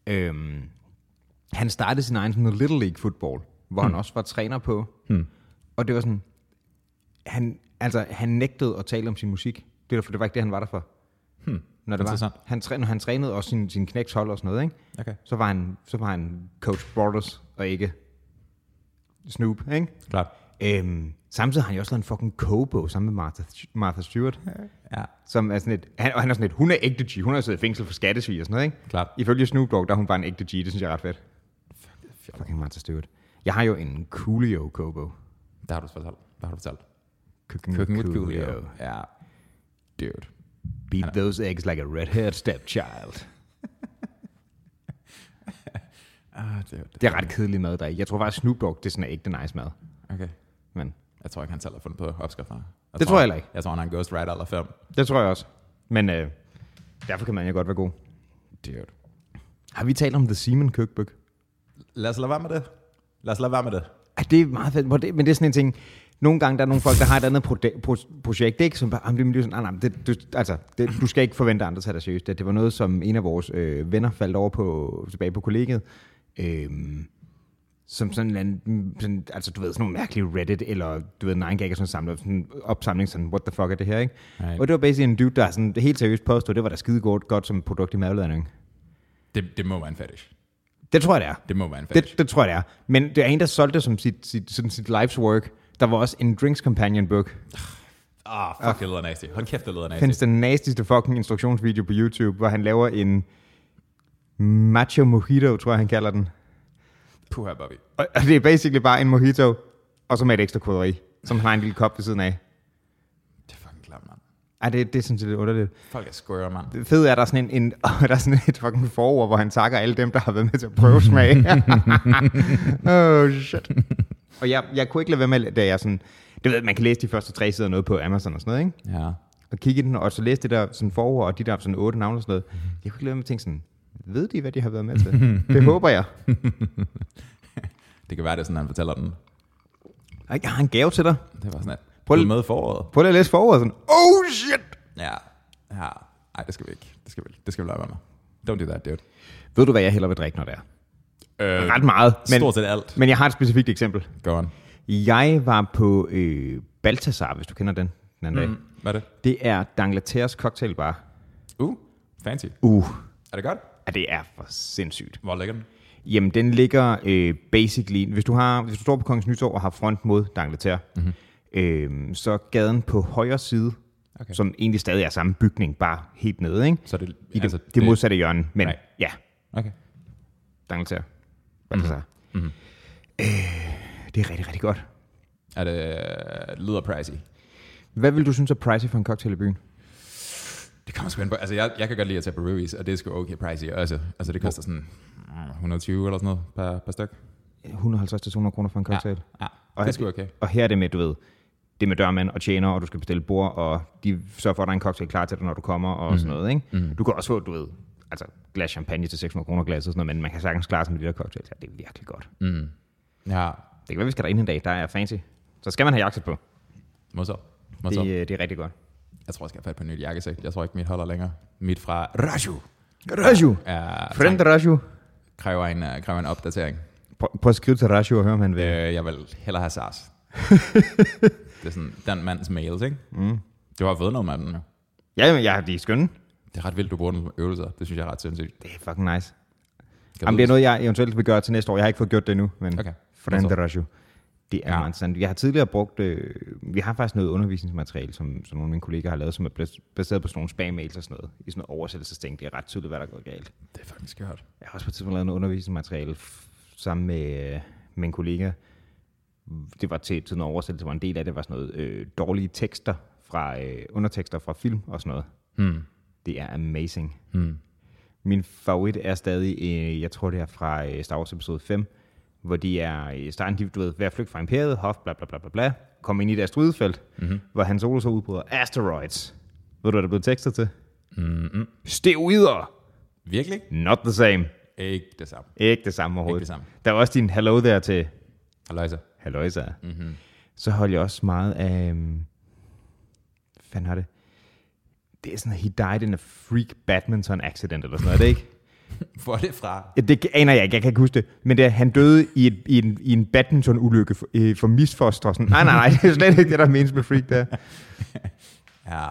Han startede sin egen sådan Little League football, hvor han også var træner på. Og det var sådan, han nægtede at tale om sin musik. Det var ikke det, han var der for. Når det var. Han trænede også sin knæks hold og sådan noget, ikke? Okay. Så var han Coach Borders og ikke Snoop, ikke? Klart. Samtidig har han jo også lavet en fucking kogebog sammen med Martha Stewart. Ja. Som er sådan et, han er sådan et, hun er ægte G. Hun har siddet i fængsel for skattesvig og sådan noget, ikke? Klart. Ifølge Snoop Dogg, der er hun bare en ægte G. Det synes jeg er ret fedt. Fucking Martha Stewart. Jeg har jo en Coolio kogebog. Der har du fortalt. Cooking with Coolio. Ja. Dude. Beat those eggs like a red-haired stepchild. Det er ret kedelig mad, der er. Jeg tror faktisk, Snoop Dogg, det er sådan en ægte nice mad. Okay. Men jeg tror ikke, han selv har fundet på opskrifterne. Det tror jeg heller ikke. Jeg tror, han er en ghostwriter eller 5. Det tror jeg også. Men derfor kan man jo godt være god. Dude. Har vi talt om The Seaman Cookbook? Lad os lade være med det. Det er meget fedt, men det er sådan en ting. Nogle gange der er nogle folk, der har et andet projekt, ikke? Som bare, det er sådan, du skal ikke forvente andre til dig seriøst. Det var noget, som en af vores venner faldt over tilbage på kollegiet. Som sådan en, altså du ved, sådan nogle mærkelige Reddit, eller du ved, 9gag og sådan en opsamling, sådan, what the fuck er det her, ikke? Right. Og det var basically en dude, der sådan helt seriøst påstod, det var da skide godt som produkt i madlavning. Det må være en fetish. Det tror jeg, det er. Det må være en fetish. Det tror jeg, det er. Men det er en, der solgte det som sit life's work. Der var også en drinks companion book. Fuck, det lyder nasty. Hold kæft, det lyder nasty. Findes den nastyste fucking instruktionsvideo på YouTube, hvor han laver en macho mojito, tror jeg, han kalder den. Puha, Bobby. Og det er basically bare en mojito, og så med et ekstra krydderi, som har en lille kop ved siden af. Det er fucking klart, mand. Ej, det er sådan set lidt underligt. Folk er square, mand. Det fede er, der er sådan der er sådan et fucking forord, hvor han takker alle dem, der har været med til at prøve smag. Oh, shit. Og jeg kunne ikke lade være med, da jeg sådan, det ved man kan læse de første 3 sider noget på Amazon og sådan noget, ikke? Ja. og kigge i den, og så læse det der sådan forord, og de der sådan 8 navne og sådan noget. Jeg kunne ikke lade mig tænke sådan, ved de, hvad de har været med til? Det håber jeg. Det kan være, det er sådan, han fortæller den. Jeg har en gave til dig. Det var sådan, at prøv med foråret. Prøv lige at læse foråret sådan, oh shit! Ja. Ej, det skal vi ikke. Det skal vi lade være med. Don't do that, dude. Ved du, hvad jeg hellere vil drikke, når det er? Ret meget. Men, stort set alt. Men jeg har et specifikt eksempel. Go on. Jeg var på Balthazar, hvis du kender den anden dag. Hvad er det? Det er D'Angleterres cocktailbar. Fancy. Er det godt? Ja, det er for sindssygt. Hvor ligger den? Jamen, den ligger basically... Hvis du står på Kongens Nytorv og har front mod D'Angleterre, så gaden på højre side, som egentlig stadig er samme bygning, bare helt nede, ikke? Så det, det modsatte hjørne, men ja. Okay. D'Angleterre. Balthazar. Det er rigtig, rigtig godt. Er det lyder pricey? Hvad vil du synes er pricey for en cocktail i byen? Det kommer sgu ind på. Altså, jeg kan godt lide at tage på breweries, og det er sgu okay pricey. Altså det koster sådan 120 eller sådan noget per styk. 150-200 kroner for en cocktail. Ja, og det er sgu okay. Og her er det med, du ved, det med dørmand og tjener, og du skal bestille bord, og de sørger for, at der er en cocktail klar til dig, når du kommer, og sådan noget, ikke? Du kan også få, du ved, altså glas champagne til 600 kroner glas og sådan noget, men man kan sagtens klare sig med de der cocktails. Ja, det er virkelig godt. Ja. Det kan være, vi skal derind en dag, der er fancy. Så skal man have jakkesæt på. Må det er rigtig godt. Jeg tror, jeg skal have fat på en nyt jakkesæt. Jeg tror ikke, mit holder længere. Mit fra Raju. Friend Raju. Kræver en opdatering. Prøv at skrive til Raju og høre, om han vil. Jeg vil hellere have SARS. Det er sådan den mands mails, ikke? Det var fået noget med den, jo. Ja, de er skønne. Det er ret vildt, du bruger den øvelser. Det synes jeg er ret sindssygt. Det er fucking nice. Jamen, det er noget, jeg eventuelt vil gøre til næste år. Jeg har ikke fået gjort det endnu, men Friend Raju. Det er meget interessant. Jeg har tidligere brugt, vi har faktisk noget undervisningsmateriale, som nogle af mine kollegaer har lavet, som er baseret på sådan nogle spam-mails og sådan noget, i sådan noget oversættelsesting. Det er ret tydeligt, hvad der er gået galt. Det er faktisk skørt. Jeg har også på et tidspunkt lavet noget undervisningsmateriale sammen med en kollega. Det var til noget oversættelse, hvor en del af det var sådan noget dårlige tekster fra undertekster fra film og sådan noget. Det er amazing. Min favorit er stadig, jeg tror det er fra Star Wars episode 5, hvor de er i starten, du ved, ved at flygte fra imperiet, Hoth, bla bla bla bla bla, kommer ind i et asteroidefelt, hvor Han Solo så udbryder asteroids. Ved du, hvad der blev tekstet til? Steroider! Virkelig? Not the same. Ikke det samme. Ikke det samme overhovedet. Ikke det samme. Der var også din hello der til... Halløjsa. Så holdt jeg også meget af... Hvad fanden har det? Det er sådan, he died in a freak badminton accident, eller sådan noget, er det ikke? Hvor er det fra? Det aner jeg ikke, jeg kan ikke huske det. Men det, han døde i en badminton-ulykke for misfoster. Sådan. Nej, det er slet ikke det, der menes med freak der. Ja.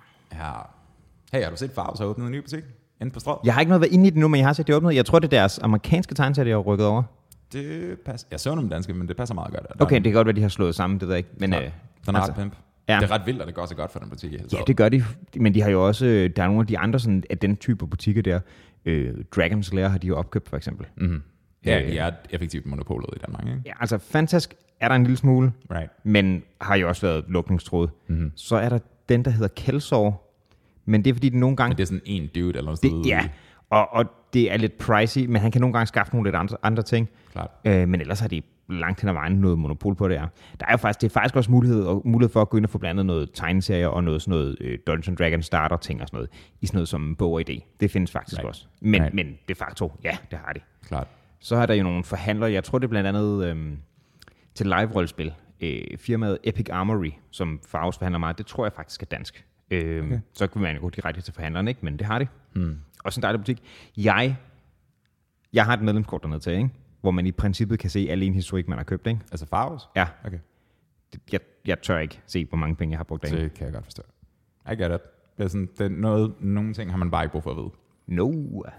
Hey, har du set Farves har åbnet en ny butik inde på Strøget? Jeg har ikke noget været inde i det nu, men jeg har set det åbnet. Jeg tror, det er deres amerikanske tegneserier, jeg har rykket over. Det passer. Jeg så nogle danske, men det passer meget godt. Okay, det kan godt være, de har slået sammen, det ved jeg ikke. Men, den er ret pimp. Ja. Det er ret vildt, at det går så godt for den butik. Ja, det gør de. Men de har jo også, der er nogle af de andre sådan, af den type butikker der. Dragon's Lair har de jo opkøbt, for eksempel. Ja, de er effektivt monopolet i Danmark, ikke? Ja, altså Fantask er der en lille smule, men har jo også været lukningstråd. Så er der den, der hedder Kelsår, men det er fordi, det nogle gange... Men det er sådan en dude eller noget sted. Ja, og det er lidt pricey, men han kan nogle gange skaffe nogle lidt andre ting. Klart. Men ellers har de langt hen ad vejen noget monopol på det er. Der er jo faktisk, det er faktisk også mulighed for at gå ind og få blandet noget tegneserier og noget sådan noget Dungeons & Dragons starter ting og sådan noget, i sådan noget som Bog og Idé. Det findes faktisk også. Men de facto, ja, det har de. Klart. Så har der jo nogle forhandlere, jeg tror det er blandt andet til live-rollespil, firmaet Epic Armory, som Farves forhandler meget, det tror jeg faktisk er dansk. Så kan man jo gå direkte til forhandleren, ikke? Men det har de. Også en dejlig butik. Jeg har et medlemskort dernede til, ikke? Hvor man i princippet kan se alle en historik, man har købt, ikke? Altså Farves? Ja. Okay. Jeg tør ikke se, hvor mange penge jeg har brugt derinde. Det kan jeg godt forstå. I get it. Det er sådan, det er nogle ting har man bare ikke brug for at vide. No.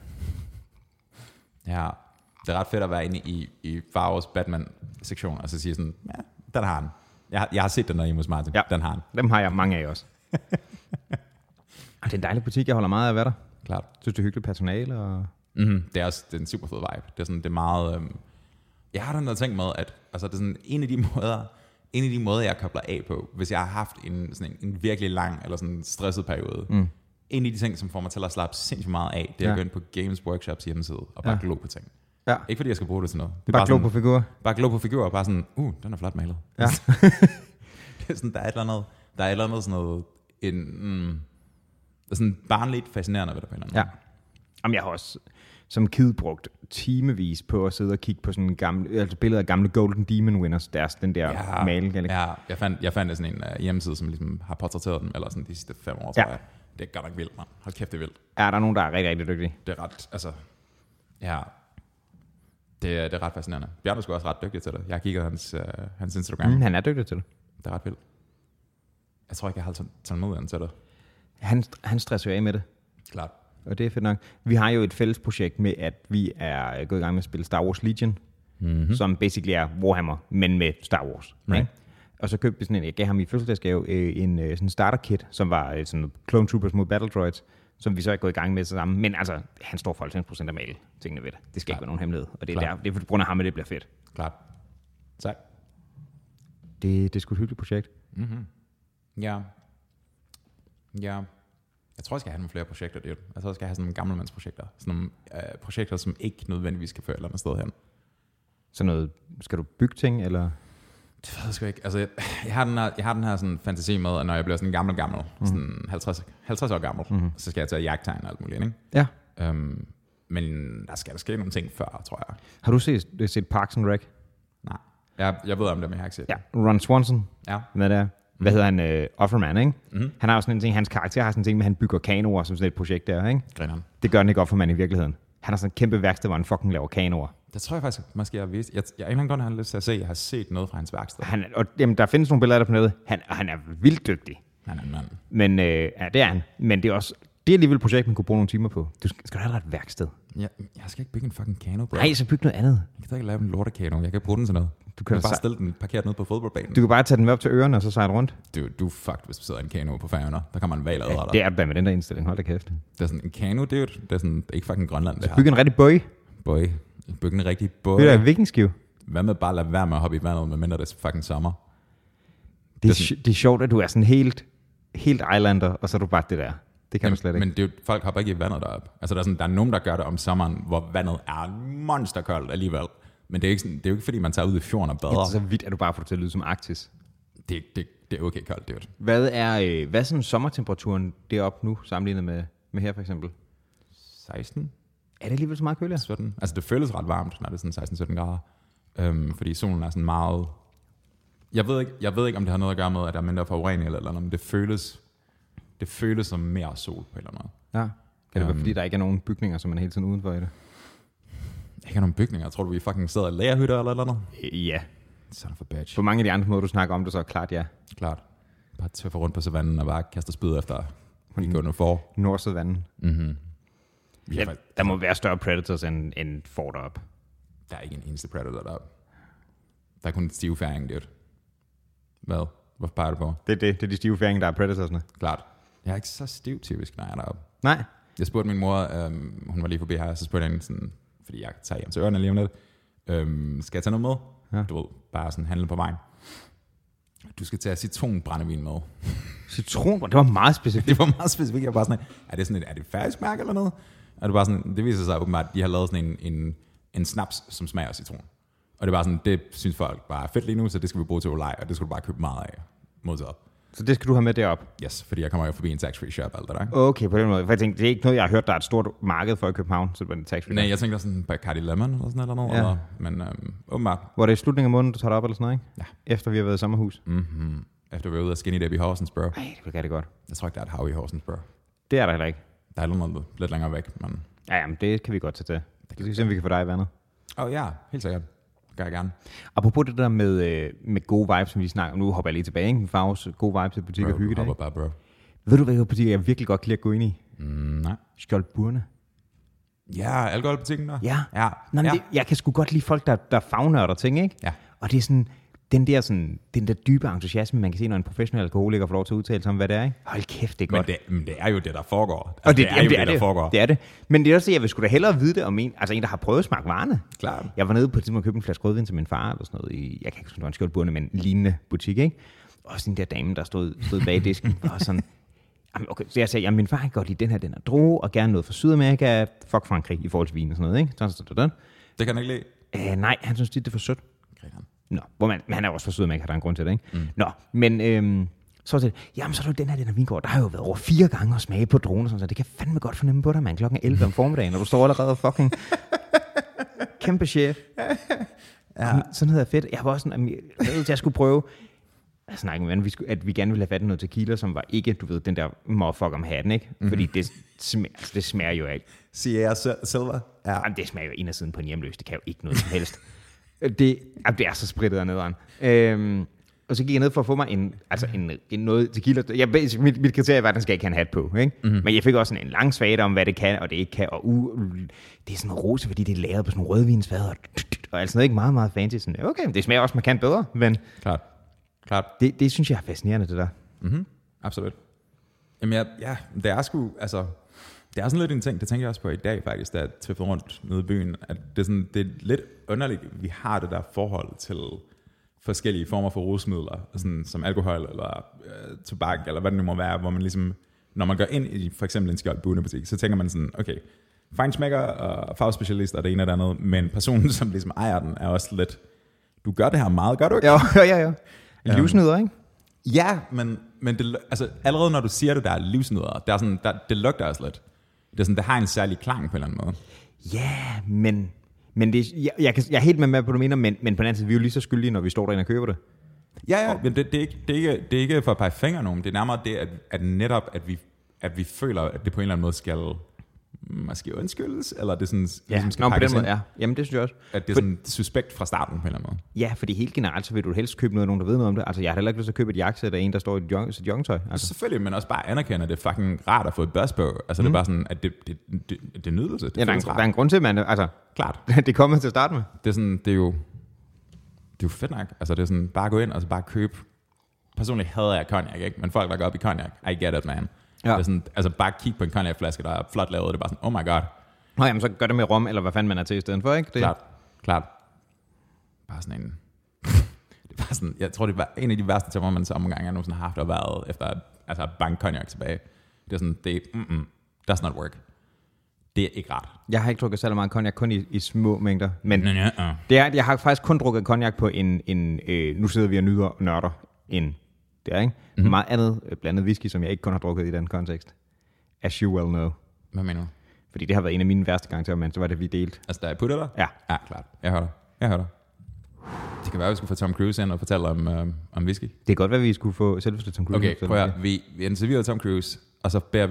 Ja, det er ret fedt at være inde i Farves Batman-sektion, og så sige sådan, ja, den har han. Jeg har set den der i hos Martin. Ja, den har han. Dem har jeg mange af også. Det er en dejlig butik, jeg holder meget af at være der. Klart. Synes det er hyggeligt personale og... Det er også en super fed vibe. Det er sådan, det er meget... jeg har da noget tænkt med, at altså, det er sådan en af de måder, jeg kobler af på, hvis jeg har haft en virkelig lang eller sådan stresset periode. En af de ting, som får mig til at slappe sindssygt meget af, det er at gå ind på Games Workshops hjemmeside og bare glo på ting. Ja. Ikke fordi jeg skal bruge det til noget. Det er bare glo på figurer? Bare glo på figurer og bare sådan, den er flot malet. Ja. Det er sådan, der er et eller andet sådan noget er sådan barnligt fascinerende ved det på en eller anden måde. Jamen, jeg har også som kid brugt timevis på at sidde og kigge på sådan billeder af gamle Golden Demon Winners, den der male. Ja, jeg fandt sådan en hjemmeside, som ligesom har portrætteret dem, eller sådan de sidste 5 år, tror jeg. Det er godt nok vildt, man. Hold kæft, det er vildt. Ja, der er nogen, der er rigtig, rigtig dygtige. Det er ret, altså... Ja, det er ret fascinerende. Bjarne er sgu også ret dygtig til det. Jeg har kigget hans Instagram. Han er dygtig til det. Det er ret vildt. Jeg tror ikke, jeg har tålmodigheden til det. Han stresser jo af med det. Klart. Og det er fedt nok. Vi har jo et fælles projekt med, at vi er gået i gang med at spille Star Wars Legion, som basically er Warhammer, men med Star Wars. Right. Ikke? Og så købte vi sådan jeg gav ham i fødselsdagsgave en sådan starter kit, som var sådan Clone Troopers mod Battle Droids, som vi så er gået i gang med sammen. Men altså, han står for 90% af male tingene ved det. Det skal ikke være nogen hemmelighed. Og det er på grund af ham, at det bliver fedt. Klart. Tak. Det er sgu et hyggeligt projekt. Mm-hmm. Ja. Jeg tror, jeg skal have nogle flere projekter. Jeg tror, jeg skal have sådan nogle gammelmandsprojekter. Sådan nogle projekter, som ikke nødvendigvis skal føre et eller andet sted hen. Så noget, skal du bygge ting, eller? Det ved jeg sgu ikke. Altså, jeg har den her sådan fantasi med, at når jeg bliver sådan gammel, sådan 50 år gammel, så skal jeg tage jagttegn og alt muligt, ikke? Ja. Men der skal ske nogle ting før, tror jeg. Har du set Parks and Rec? Nej. Jeg ved om det, men jeg har ikke set det. Ja, Ron Swanson. Ja. Hvad der? Hvad hedder han? Offerman, ikke? Mm-hmm. Han har jo sådan en ting, hans karakter har sådan en ting med, at han bygger kanoer som sådan et projekt der, ikke? Grineren. Det gør han ikke Offerman i virkeligheden. Han har sådan et kæmpe værksted, hvor han fucking laver kanoer. Det tror jeg faktisk, måske jeg har vist. Jeg er ikke engang lyst til at se, jeg har set noget fra hans værksted. Jamen, der findes nogle billeder der på nettet. Han er vildt dygtig. Han er en mand. Men det er han. Men det er også... Det er alligevel et projekt, man kunne bruge nogle timer på. Du skal have et værksted. Jeg skal ikke bygge en fucking kano, bro. Nej, så bygge noget andet. Jeg kan ikke lave en lortekano. Jeg kan bruge den til noget. Du kan bare stille den parkeret ned på fodboldbanen. Du kan bare tage den med op til ørerne, og så sejle rundt. Du er fucked, hvis du sidder i en kano på Færøerne. Der kan man valg ad dig. Det er det med den der indstilling. Hold da kæft. Det er sådan en kano, det er sådan, ikke fucking Grønland. Så bygge en rigtig bøj. Bygge en rigtig bøj. Det er vikingskiv. Hvad med bare at lade være med at hoppe i vandet, medmindre det er fucking sommer? Det er sjovt, at du er sådan helt islander, og så er du bare det der. Det kan du slet ikke. Men det, folk hopper ikke i vandet deroppe. Altså der er nogen, der gør det om sommeren, hvor vandet er monsterkoldt alligevel. Men det er jo ikke fordi, man tager ud i fjorden og bader. Det er så vidt, at du bare får det til at lyde som Arktis. Det er okay koldt, det er det. Hvad er sådan sommertemperaturen deroppe nu, sammenlignet med her for eksempel? 16. Er det alligevel så meget køligere? 17. Altså det føles ret varmt, når det er sådan 16-17 grader. Fordi solen er sådan meget... Jeg ved ikke, om det har noget at gøre med, at der er mindre forurening eller noget, men det føles som mere sol på en eller anden måde. Ja. Kan det være, fordi der ikke er nogen bygninger, som man er hele tiden udenfor i det? Ikke er nogen bygninger? Tror du, vi fucking sidder i lagerhytter eller noget? Ja. Son of a bitch. På mange af de andre måder, du snakker om det, så er klart ja. Klart. Bare tøffer rundt på savannen og bare kaster spyd efter gående får. Nordsøvanden. Mhm. Ja, der må være større predators end får deroppe. Der er ikke en eneste predator deroppe. Der er kun en stivfæring, det. Hvad? Hvorfor peger du på? Det er de stive færinger, der er predatorsne. Klart. Jeg er ikke så stiv typisk, når jeg er deroppe. Nej. Jeg spurgte min mor, hun var lige forbi her, så spurgte jeg hende sådan, fordi jeg tager hjem til ørerne lige om lidt, skal jeg tage noget med? Ja. Du ved, bare sådan handle på vejen. Du skal tage citronbrændevin med. Citron? Det var meget specifikt. Det var meget specifikt. Jeg var bare sådan, er det færøsk mærke eller noget? Og det var sådan, det viser sig åbenbart, at de har lavet sådan en snaps, som smager af citron. Og det var sådan, det synes folk bare er fedt lige nu, så det skal vi bruge til olej, og det skal du bare købe meget af. Modtaget. Så det skal du have med derop? Yes, fordi jeg kommer jo forbi en tax-free shop, alt det der. Okay, på den måde. For jeg tænkte, det er ikke noget, jeg har hørt, der er et stort marked for i København, så det var en tax-free. Nej, jeg tænkte sådan Bacardi Lemon eller sådan noget. Ja. Men åbenbart. Hvor det er i slutningen af måneden, du tager det op eller sådan noget, ikke? Ja. Efter vi har været i sommerhus. Mhm. Efter vi var ude af Skinny Dip i Horsens, bro. Nej, det bliver rigtig godt. Jeg tror ikke, der er et hav i Horsens, bro. Det er der heller ikke. Der er noget lidt længere væk, men... Ja, men det kan vi godt tage til. Det kan vi se, om vi kan få dig i vandet. Ja, helt sikkert. Gør jeg gerne. Apropos det der med gode vibes, som vi snakker om. Nu hopper jeg lige tilbage, ikke? Farves gode vibes i butikker og hygge det. Bare, bro. Ved du, hvilke butikker jeg virkelig godt kan lide at gå ind i? Nej. Skjoldburne. Ja, alkoholbutikken der. Ja. Nå, ja. Jeg kan sgu godt lide folk, der fagnørder ting, ikke? Ja. Og det er sådan... Den der dybe entusiasme, man kan se, når en professionel alkoholiker får lov til at udtale sig om, hvad det er, ikke? Hold kæft, det er godt. Men det er jo det, der foregår. Og det er det, der foregår. Det er det. Men det er også, jeg vil sgu da hellere vide det om en der har prøvet at smage varerne. Klart. Jeg var nede på et tidspunkt og købte en flaske rødvin til min far, eller sådan noget, jeg kan ikke huske, det var en Skjoldburne, men en lignende butik, ikke? Og sådan der dame, der stod bag disken, og sådan... Okay, så jeg sagde, min far kan godt lide den her droge, og gerne noget fra Sydamerika, fuck Frankrig i forhold til vin og sådan noget, ikke? Det kan han ikke lide? Nej, han synes, det er for sødt. Okay. Nå, men han er også fra Sydamerika, der er en grund til det, ikke? Nå, men Så var det, jamen så er det den her vingård, der har jo været over 4 gange at smage på droner, så det kan fandme godt fornemme på dig, man, klokken 11 om formiddagen, når du står allerede fucking kæmpe chef. Ja. Sådan noget er fedt. Jeg var også sådan, at jeg skulle prøve at snakke med, at vi gerne ville have fat i noget tequila, som var ikke, du ved, den der motherfucker om hatten, ikke? Fordi det smager jo af. Sierra Silver? Ja. Jamen, det smager jo ind af siden på en hjemløs. Det kan jo ikke noget som helst. Det er så sprittet dernede. Og så gik jeg ned for at få mig en noget tequila. Mit kriterie var, at den skal ikke have en hat på. Ikke? Mm-hmm. Men jeg fik også en lang svaghed om, hvad det kan, og det ikke kan. Og det er sådan en rose, fordi det er lavet på sådan en rødvinsfad. Og altså noget ikke meget, meget fancy. Sådan, okay, det smager også markant bedre. Men Klart. Det synes jeg er fascinerende, det der. Mm-hmm. Absolut. Jamen det er sgu, altså... Det er sådan lidt en ting, det tænker jeg også på i dag faktisk, da jeg tøffede rundt nede i byen, at det er lidt underligt, vi har det der forhold til forskellige former for rusmidler, sådan, som alkohol eller tobak, eller hvad det nu må være, hvor man ligesom, når man går ind i for eksempel en skjold bunebutik, så tænker man sådan, okay, feinschmecker og fagspecialist og det ene og det andet, men personen, som ligesom ejer den, er også lidt, du gør det her meget, gør du ikke? Ja. Livsnyder, ikke? Ja, men det, altså, allerede når du siger det, der er livsnyder, det er sådan, det lugter også lidt. Det er sådan, det har en særlig klang på en eller anden måde. Ja, men det, jeg er helt med på, du mener, men på den anden side, vi er jo lige så skyldige, når vi står derinde og køber det. Ja, men det er ikke for at pege fingre nogen. Det er nærmere det, at netop, at vi føler, at det på en eller anden måde skal måske undskyldes, eller det sådan, ligesom skal pakkes ind. Ja. Jamen, det synes jeg også. At det er sådan suspekt fra starten på en eller anden måde. Ja, fordi helt generelt, så vil du helst købe noget af nogen, der ved noget om det. Altså, jeg har heller ikke lyst til at købe et jakkesæt af en, der står i sit joggingtøj. Altså. Selvfølgelig, men også bare anerkende, at det er fucking rart at få et buzz på. Altså, det er bare sådan, at det er nydelse. Ja, der er en grund til, at man... Altså, klart. Det kommer til at starte med. Det er sådan, det er jo fedt nok. Altså, det er sådan, bare gå ind og så bare købe. Personligt hader jeg cognac, ikke? Men folk, der går op i cognac, I get it, man. Ja. Det er sådan, altså bare kig på en cognacflaske, der er flot lavet, det er bare sådan, oh my god. Nå jamen, så gør det med rom, eller hvad fanden man er til i stedet for, ikke? Det... Klart. Bare sådan en... det var sådan, jeg tror, det var en af de værste tømmer, man så omgang jeg nogensinde har haft og været efter at banke cognac tilbage. Det er sådan, does not work. Det er ikke rart. Jeg har ikke drukket særlig meget cognac, kun i små mængder. Men jeg har faktisk kun drukket cognac på nu sidder vi og nyder nørder en... Det er, ikke? Mm-hmm. Meget andet blandet whisky, som jeg ikke kun har drukket i den kontekst. As you well know. Hvad mener du? Fordi det har været en af mine værste gange til, men så var det, vi delte. Altså, der er puttet der? Ja. Ja, klart. Jeg hører dig. Det kan være, at vi skulle få Tom Cruise ind og fortælle om whisky. Det kan godt være, at vi skulle få selveste Tom Cruise. Okay, prøv at vi interviewer Tom Cruise, og så beder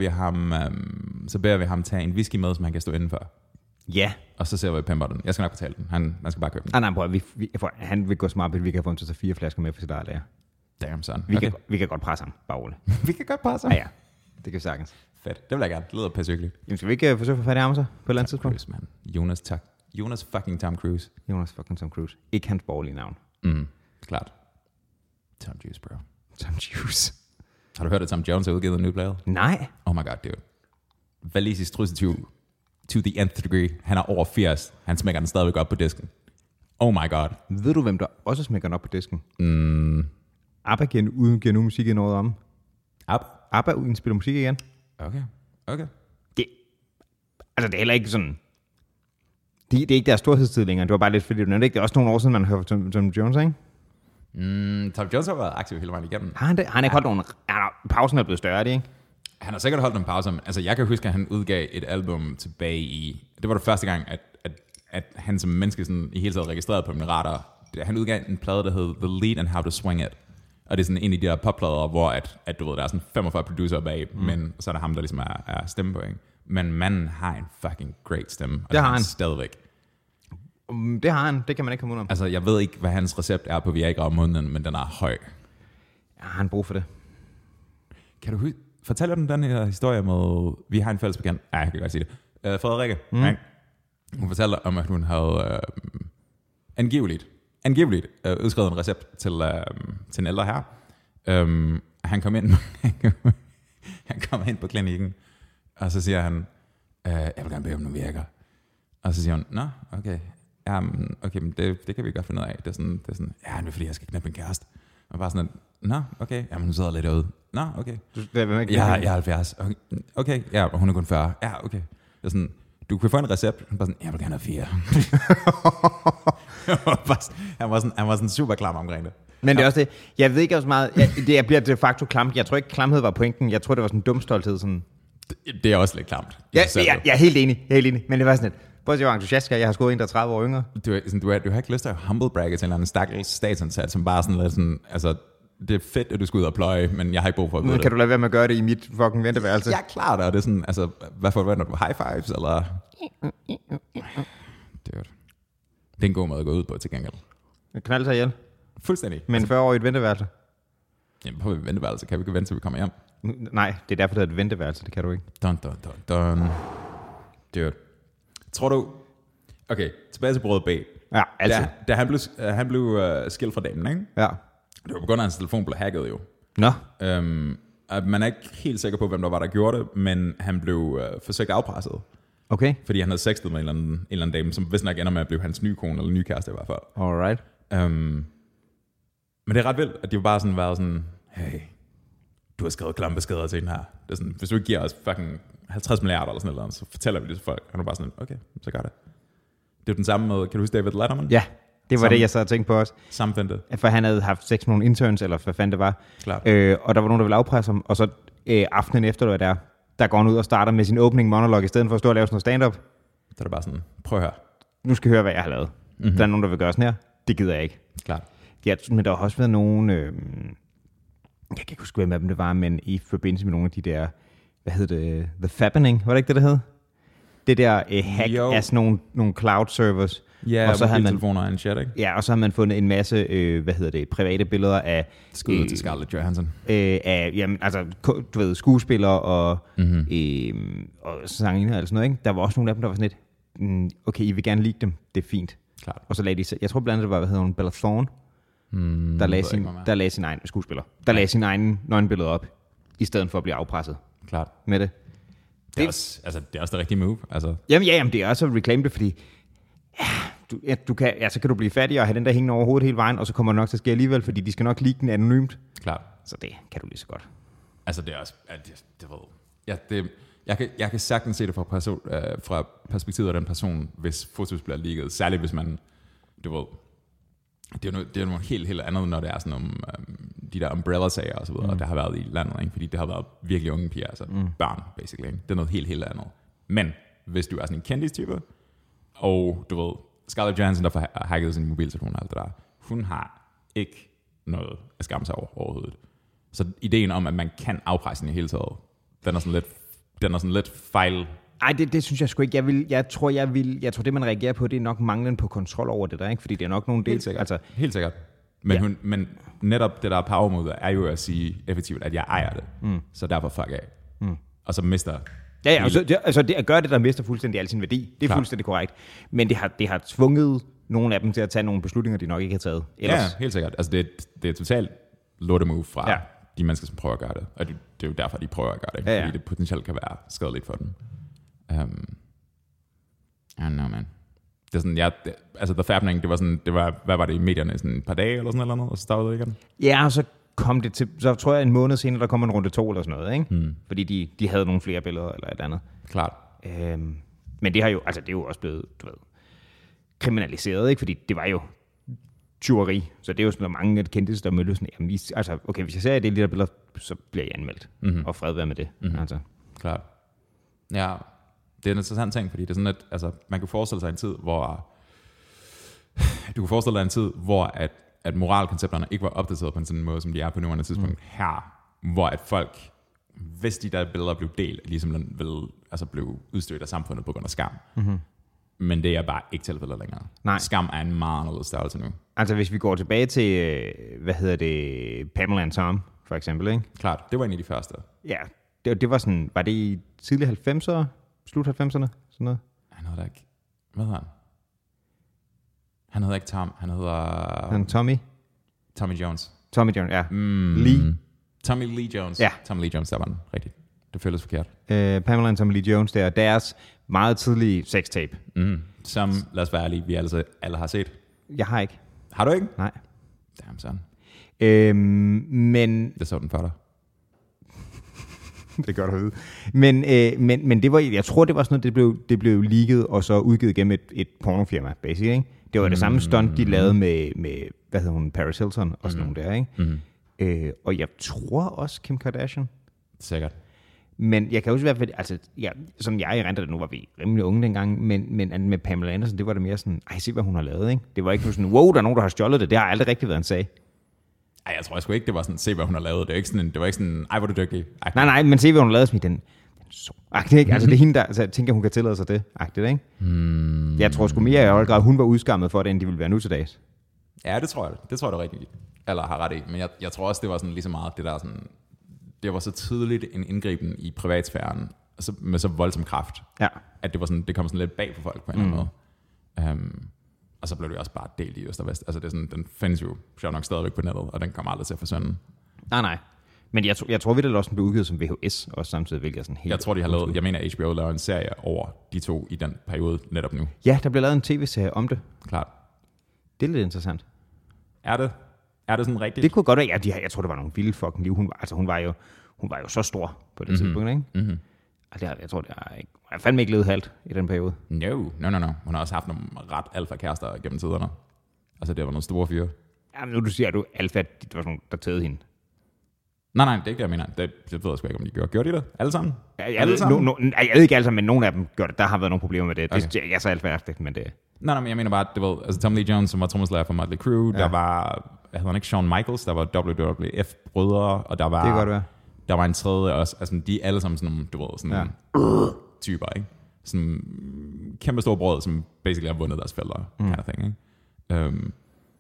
vi ham tage en whisky med, som han kan stå indenfor. Ja. Og så ser vi pimper den. Jeg skal nok fortælle den. Han skal bare købe den. Nej, prøv, han vil gå smart, at vi kan få ham til at tage 4 flasker med for sit eget lager. Damn son. Vi kan godt presse ham, bare roligt. Vi kan godt presse ham? Ja. Det kan vi sagtens. Fedt. Det vil jeg gerne. Det lyder pæsyggeligt. Jamen, skal vi ikke forsøge at få fat i ham så? På et eller andet tidspunkt? Cruise, man. Jonas fucking Tom Cruise. Jonas fucking Tom Cruise. Ikke hans borgerlige navn. Klart. Tom Juice, bro. Tom Juice. Har du hørt, at Tom Jones har udgivet en ny plade? Nej. Oh my god, dude. Walisisk trusetyv to the nth degree. Han er over 80. Han smækker den stadigvæk op på disken. Oh my god. Ved du, hvem der også smækker den op på disken? ABBA giver nu musik i noget om. ABBA indspiller musik igen. Okay. Det er heller ikke sådan... Det er ikke deres storhedstid længere. Det var bare lidt fordi, det er også nogle år siden, man har hørt Tom Jones, ikke? Tom Jones har været aktiv hele vejen igennem. Har han det? Han har ikke holdt nogle... Pausen er blevet større, det ikke? Han har sikkert holdt nogle pauser, men altså, jeg kan huske, at han udgav et album tilbage i... Det var det første gang, at han som menneske sådan, i hele taget registreret på min radar. Han udgav en plade, der hed The Lead and How to Swing It. Og det er sådan en af de der popplader, hvor at du ved, der er sådan 45 producer bag, men så er der ham, der ligesom er stemme på, ikke? Men manden har en fucking great stemme. Og det har han. Stadigvæk. Det har han. Det kan man ikke komme ud om. Altså, jeg ved ikke, hvad hans recept er på Viagra om måneden, men den er høj. Ja, han har brug for det. Kan du fortælle dem den her historie med... Vi har en fælles bekendt. Ja, jeg kan godt sige det. Frederikke. Hun fortalte om, at hun havde angiveligt udskrevet en recept til en ældre herre. Han kom ind på klinikken, og så siger han, jeg vil gerne bede om nogle virker. Og så siger hun, nå, okay. Ja, okay, men det kan vi godt finde ud af. Det er sådan, ja, det er fordi, jeg skal knæppe en kæreste. Og bare sådan, nå, okay. Jamen, hun sidder lidt derude. Nå, okay. Jeg er 70. Okay, ja, og hun er kun 40. Ja, okay. Det er sådan, du kan få en recept. Hun bare sådan, jeg vil gerne have 4. Han var sådan super klam omkring det. Men det er også det. Jeg ved ikke også meget. Det bliver de facto klamt. Jeg tror ikke, klamhed var pointen. Jeg tror, det var sådan en dumstolthed. Sådan. Det er også lidt klamt. Jeg er helt enig. Men det var sådan et, prøv at se, hvor entusiastisk jeg har scoret en, der er 30 år yngre. Du har ikke lyst til at humble bragge til en eller anden stakkels statsansat, som bare sådan lidt sådan, altså, det er fedt, at du skal ud og pløje, men jeg har ikke brug for at vide det. Kan du lade være med at gøre det i mit fucking venteværelse? Ja, klart, og det er sådan, altså, hvad forventer du? High fives, eller? Det er en god måde at gå ud på, til gengæld. Knald sig ihjel. Fuldstændig. Men 40 år i et venteværelse? Jamen, på et venteværelse kan vi ikke vente, til vi kommer hjem. Nej, det er derfor, det er et venteværelse. Det kan du ikke. Dun. Dude. Tror du... Okay, tilbage til brødet B. Ja, altså. Da han blev skilt fra damen, ikke? Ja. Det var på grund af, at hans telefon blev hacket jo. Nå. Man er ikke helt sikker på, hvem der var, der gjorde det, men han blev forsøgt afpresset. Okay. Fordi han havde sextet med en eller anden dame, som vist nok ender med at blive hans nye kone, eller nye kæreste i hvert fald. Alright. Men det er ret vildt, at de bare sådan været sådan, hey, du har skrevet klamme beskeder til den her. Det er sådan, hvis du ikke giver os fucking 50 milliarder eller sådan noget, så fortæller vi det til folk. Og nu bare sådan, okay, så gør det. Det er jo den samme med, kan du huske David Letterman? Ja, det var det, jeg sad og tænkte på også. Samfinde. For han havde haft sex med nogle interns, eller hvad fanden det var. Klart. Og der var nogen, der ville afpresse ham, og så aftenen efter, der går han ud og starter med sin opening monolog, i stedet for at stå og lave sådan noget stand-up. Så er det bare sådan, prøv at høre. Nu skal I høre, hvad jeg har lavet. Der er nogen, der vil gøre sådan her. Det gider jeg ikke. Klart. Ja, men der har også været nogen, jeg kan ikke huske, hvem af dem det var, men i forbindelse med nogle af de der, hvad hed det, The Fappening, var det ikke det hed? Det der hack af sådan nogle cloud servers. Ja, og så havde man telefoner og en chat, ikke? Ja, og så har man fundet en masse, private billeder af... Skud til Scarlett Johansson. Af, jamen, altså, du ved, skuespillere og, og sangere eller sådan noget, ikke? Der var også nogle af dem, der var sådan lidt, okay, I vil gerne lide dem, det er fint. Klart. Og så lagde de, jeg tror blandt andet, det var, hvad hedder hun, Bella Thorne, der lagde sin egen skuespiller. Der lagde sin egen nøgenbillede op, i stedet for at blive afpresset. Klart. Med det. Det er også det rigtige move. Altså. Jamen, det er også at reclaim det, fordi så kan du blive fattig og have den der hængende over hovedet hele vejen, og så kommer det nok til at ske alligevel, fordi de skal nok leak den anonymt. Klart. Så det kan du lige så godt. Altså det er også, jeg kan sagtens se det fra perspektivet af den person, hvis fotos bliver leaget, særligt hvis man, du ved, det er noget helt andet, når det er sådan nogle de der umbrella-sager og så videre, der har været i landet, ikke? Fordi det har været virkelig unge piger, altså børn, basically, ikke? Det er noget helt andet. Men hvis du er sådan en kendistype, og du ved, Scarlett Johansson, der får hacket sin mobiltelefon og alt det der, hun har ikke noget at skamme sig over overhovedet. Så ideen om, at man kan afpresse den i hele taget, den er sådan lidt fejl. Ej, det synes jeg sgu ikke. Jeg tror, det man reagerer på, det er nok manglen på kontrol over det der, ikke? Fordi det er nok nogle del. Helt sikkert. Men, men netop det der power move er jo at sige effektivt, at jeg ejer det. Så derfor fuck af. Og så mister... Ja, altså det at gøre det, der mister fuldstændig al sin værdi, det er fuldstændig korrekt. Men det har tvunget nogle af dem til at tage nogle beslutninger, de nok ikke har taget. Ellers. Ja, helt sikkert. Altså det er totalt lortemove fra de mennesker, som prøver at gøre det. Og det er jo derfor, de prøver at gøre det. Fordi det potentielt kan være skadeligt for dem. I don't know, man. Det er sådan, altså The Fappening, det var, hvad var det i medierne, sådan et par dage eller sådan noget, og så startede det igen? Ja, og så kom det til, så tror jeg en måned senere, der kom en runde 2 eller sådan noget, ikke? Fordi de havde nogle flere billeder eller et andet. Klart. Men det har jo, altså det er jo også blevet, du ved, kriminaliseret, ikke? Fordi det var jo tyveri, så det er jo sådan, at mange af de kendte, der mødtes sådan, jamen, altså, okay, hvis jeg ser det lille billeder, så bliver jeg anmeldt, og fred være med det. Altså. Klart. Ja, det er en interessant ting, fordi det er sådan, at altså, man kan forestille sig en tid, hvor at moralkoncepterne ikke var opdateret på en sådan måde, som de er på nuværende tidspunkt her, hvor at folk, hvis de der billeder blev delt, ligesom blev udstødt af samfundet på grund af skam. Men det er bare ikke tilfældet længere. Nej. Skam er en meget anderledes størrelse nu. Altså hvis vi går tilbage til, Pamela and Tom, for eksempel, ikke? Klart, det var en af de første. Ja, det var sådan, var det i tidlige 90'ere, slut 90'erne, sådan noget? Han hedder ikke, hvad hedder han? Han hedder ikke Tom, han hedder... Tommy? Tommy Jones. Tommy Jones, ja. Lee? Tommy Lee Jones. Ja. Tommy Lee Jones, der var den rigtigt. Det føles forkert. Pamela and Tommy Lee Jones, det er deres meget tidlige sextape. Som, lad os være ærlige, vi alle har set. Jeg har ikke. Har du ikke? Nej. Damn son. Men... Det så den for dig. Det gør du vide. Men det var, jeg tror, det var sådan noget, det blev leaget og så udgivet gennem et pornofirma, basically, ikke? Det var det samme stunt, de lavede med hvad hedder hun, Paris Hilton og sådan nogle der, ikke? Og jeg tror også Kim Kardashian. Sikkert. Men jeg kan også i hvert fald, altså, som jeg erindrer det, nu var vi rimelig unge dengang, men med Pamela Anderson, det var det mere sådan, se hvad hun har lavet, ikke? Det var ikke sådan, wow, der er nogen, der har stjålet det. Det har aldrig rigtig været en sag. Ej, jeg tror sgu ikke, det var sådan, se hvad hun har lavet. Det var ikke sådan, hvor er du dygtig. Nej, men se hvad hun har lavet, den så agtigt, ikke? Altså det er hende, der, altså, jeg tænker, hun kan tillade sig det, agtigt, ikke? Jeg tror sgu mere i høj grad, hun var udskammet for det, end de ville være nu til dags. Ja, det tror jeg. Det tror jeg, du er rigtigt. Eller har ret i. Men jeg tror også, det var sådan lige så meget, det der sådan, det var så tidligt en indgriben i privatsfæren, med så voldsom kraft, at det var sådan, det kom sådan lidt bag på folk på en eller anden måde. Og så blev det også bare delt i øst og vest. Altså det er sådan, den findes jo sjovt nok stadigvæk på nettet, og den kommer aldrig til at forsvinde. Nej. Men jeg tror virkelig også, den blev udgivet som VHS, også samtidig, hvilket er sådan helt... Jeg tror, de har lavet, jeg mener, HBO laver en serie over de to i den periode netop nu. Ja, der bliver lavet en tv-serie om det. Klart. Det er lidt interessant. Er det sådan rigtigt? Det kunne godt være, jeg tror, det var nogle vilde fucking liv. Hun var jo så stor på det tidspunkt, ikke? Mm-hmm. Altså, jeg tror, jeg har fandme ikke levet halvt i den periode. No. Hun har også haft nogle ret alfa-kærester gennem tiderne. Altså, det var nogle store fyre. Jamen, nu du siger, at du alfa, det var sådan nogle, der tædede hende. Nej, det er ikke det, jeg mener. Det ved jeg sgu ikke, om de gjorde. Gjorde de det? Alle sammen? Jeg ved ikke alle sammen, men nogle af dem gør det. Der har været nogle problemer med det. Okay. Jeg er så alfa efter, men det... Nej, men jeg mener bare, det var altså Tommy Lee Jones, som var trommeslager for Motley Crue. Der var, hvad hedder han ikke, Shawn Michaels, der var WWF-brødre, og der var... Det kan godt være. Der var en tredje også. Altså, de er alle sammen sådan nogle, du ved, sådan typer, ikke? Sådan kæmpe store brød, som basically har vundet deres fælder, kind of thing, ikke?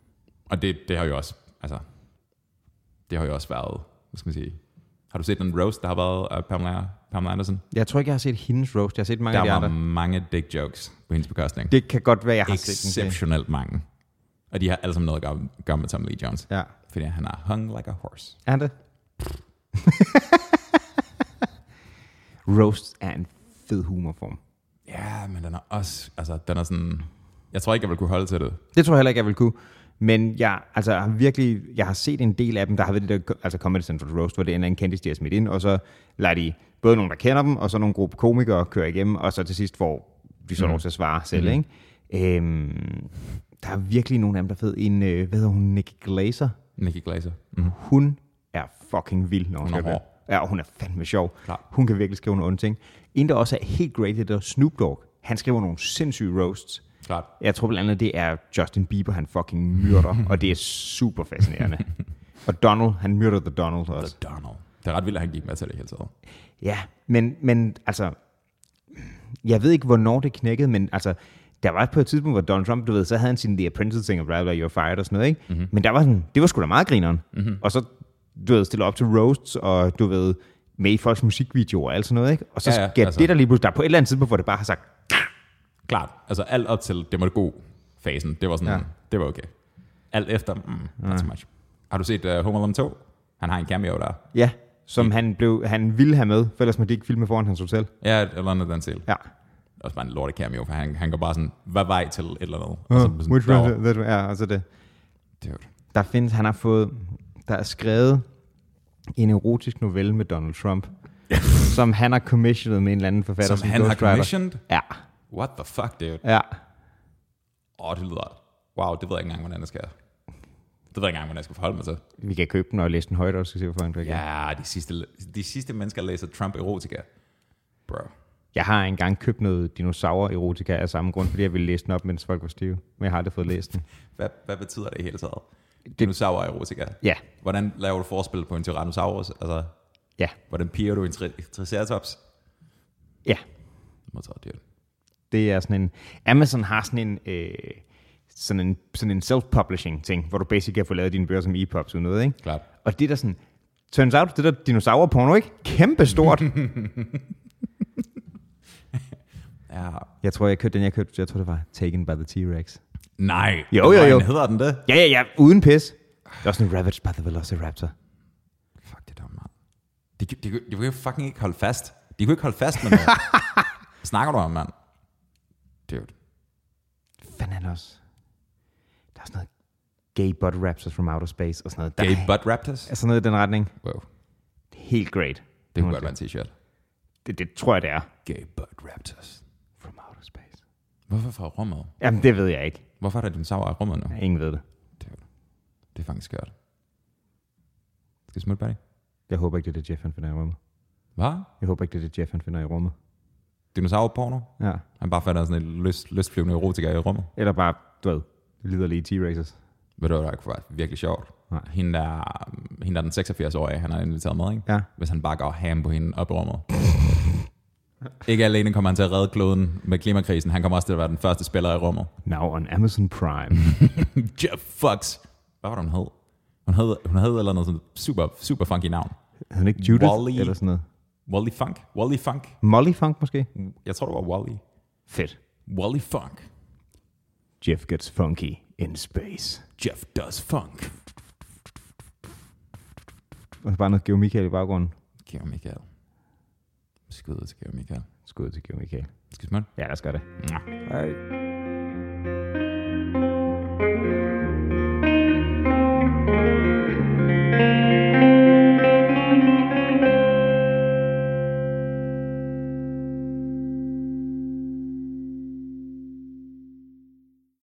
Og det har jo også, altså... Det har jo også været, hvad skal man sige... Har du set den roast, der har været af Pamela Anderson? Jeg tror ikke, jeg har set hendes roast. Jeg har set mange af de andre. Der var mange dick jokes på hendes bekostning. Det kan godt være, jeg har set den. Exceptionelt mange. Og de har alle sammen noget at gøre med Tommy Lee Jones. Ja. Fordi han er hung like a horse. Er det? Roast er en fed humorform. Ja, men den er også... Altså, den er sådan... Jeg tror ikke, jeg vil kunne holde til det. Det tror jeg heller ikke, jeg vil kunne. Men jeg har set en del af dem, der har været det der, altså Comedy Central Roast, hvor det ender en kendis, de har smidt ind, og så lader de både nogen, der kender dem, og så nogle gruppe komikere køre igennem, og så til sidst får de så lov til at svare selv, ikke? Der er virkelig nogle af dem, der fed. En, hvad hedder hun, Nikki Glaser? Hun er fucking vild, når hun skal det. Ja, og hun er fandme sjov. Klar. Hun kan virkelig skrive nogle onde ting. En, der også er helt great, det er Snoop Dogg. Han skriver nogle sindssyge roasts. Klart. Jeg tror blandt andet, det er Justin Bieber, han fucking myrder, og det er super fascinerende. Og Donald, han myrder The Donald også. The Donald. Det er ret vildt, at han gik med til det hele tiden. Ja, men altså, jeg ved ikke, hvornår det knækkede, men altså, der var på et tidspunkt, hvor Donald Trump, du ved, så havde han sin The Apprentice thing, og blah, blah, you're fired og sådan noget, ikke? Mm-hmm. Men der var sådan, det var sgu da meget grineren. Mm-hmm. Og så, du ved, stille op til roasts, og du ved, med i folks musikvideoer og alt sådan noget, ikke? Og så sker altså, det der lige pludselig, der på et eller andet tidspunkt, hvor det bare har sagt, klart, altså alt op til det var det god fasen, det var sådan, det var okay. Alt efter, not so much. Har du set Home Alone 2? Han har en cameo der. Ja, som han ville have med, for ellers må de ikke filme foran hans hotel. Ja, eller andet den til. Ja. Det er også bare en lorte cameo, for han går bare sådan, hvad vej til et eller andet. Which one? Ja, altså det. Dude. Der er skrevet en erotisk novelle med Donald Trump, som han har commissioned med en eller anden forfatter. Som han har commissioned? Ja. What the fuck, dude? Ja. Det lyder... Wow, det ved jeg ikke engang, hvordan jeg skal... Det ved jeg ikke engang, hvordan jeg skal forholde mig til. Vi kan købe den og læse den højt også, skal se, hvorfor han drikker. Ja, de sidste mennesker læser Trump-erotika. Bro. Jeg har engang købt noget dinosaur-erotika af samme grund, fordi jeg ville læse den op, mens folk var stive. Men jeg har aldrig fået læst den. Hvad betyder det i hele taget? Dinosaur-erotika? Ja. Hvordan laver du forspil på en Tyrannosaurus? Altså, ja. Hvordan piger du en Triceratops? Ja. Det er sådan en... Amazon har sådan en self-publishing ting, hvor du basic kan få lavet dine bøger som e-pops og noget, ikke? Klart. Og det der sådan... Turns out, det der dinosaurporno, ikke? Kæmpe stort. Ja. Jeg tror, jeg købte, det var Taken by the T-Rex. Nej. Jo. Hedder den det? Ja, uden pis. Det er også en Ravaged by the Velociraptor. Fuck, det er dumt, mand. De kunne jo fucking ikke holde fast. De kunne ikke holde fast med noget. Snakker du om, mand? Dude. Fanden også. Der er sådan noget gay butt raptors from outer space og sådan noget. Gay butt raptors? Er sådan noget i den retning. Wow. Helt great. Det kunne godt være en t-shirt. Det tror jeg, det er. Gay butt raptors. From outer space. Hvorfor fra rummet? Jamen, det ved jeg ikke. Hvorfor er der dinosaurer i rummet nu? Ingen ved det. Det er faktisk skørt. Skal vi smutte, buddy? Jeg håber ikke, det er det, Jeff han finder i rummet. Hvad? Jeg håber ikke, det er det, Jeff han finder i rummet. Dinosaurporno? Ja. Han bare fatter sådan en lystflyvende erotiker i rummet. Eller bare, du ved, liderlige T-Rexes. Ved du, det kunne være virkelig sjovt. Nej. Hende der den 86-årige, han har inviteret med, ikke? Ja. Hvis han bare går ham på hende op i rummet. Ikke alene kommer han til at redde kloden med klimakrisen, han kommer også til at være den første spiller i rummet. Now on Amazon Prime. Jeff Fox. Hvad var det, hun hed? Hun hed eller noget sådan super, super funky navn. Hed hun ikke Judith Wally, eller sådan noget? Wally Funk. Molly Funk måske? Jeg tror, det var Wally. Fedt. Wally Funk. Jeff gets funky in space. Jeff does funk. Og bare noget Georg Michael i baggrunden. Georg Michael. Skud til Georg Michael. Skud til Georg Michael. Skal vi smøre? Ja, lad os gøre det. Hej.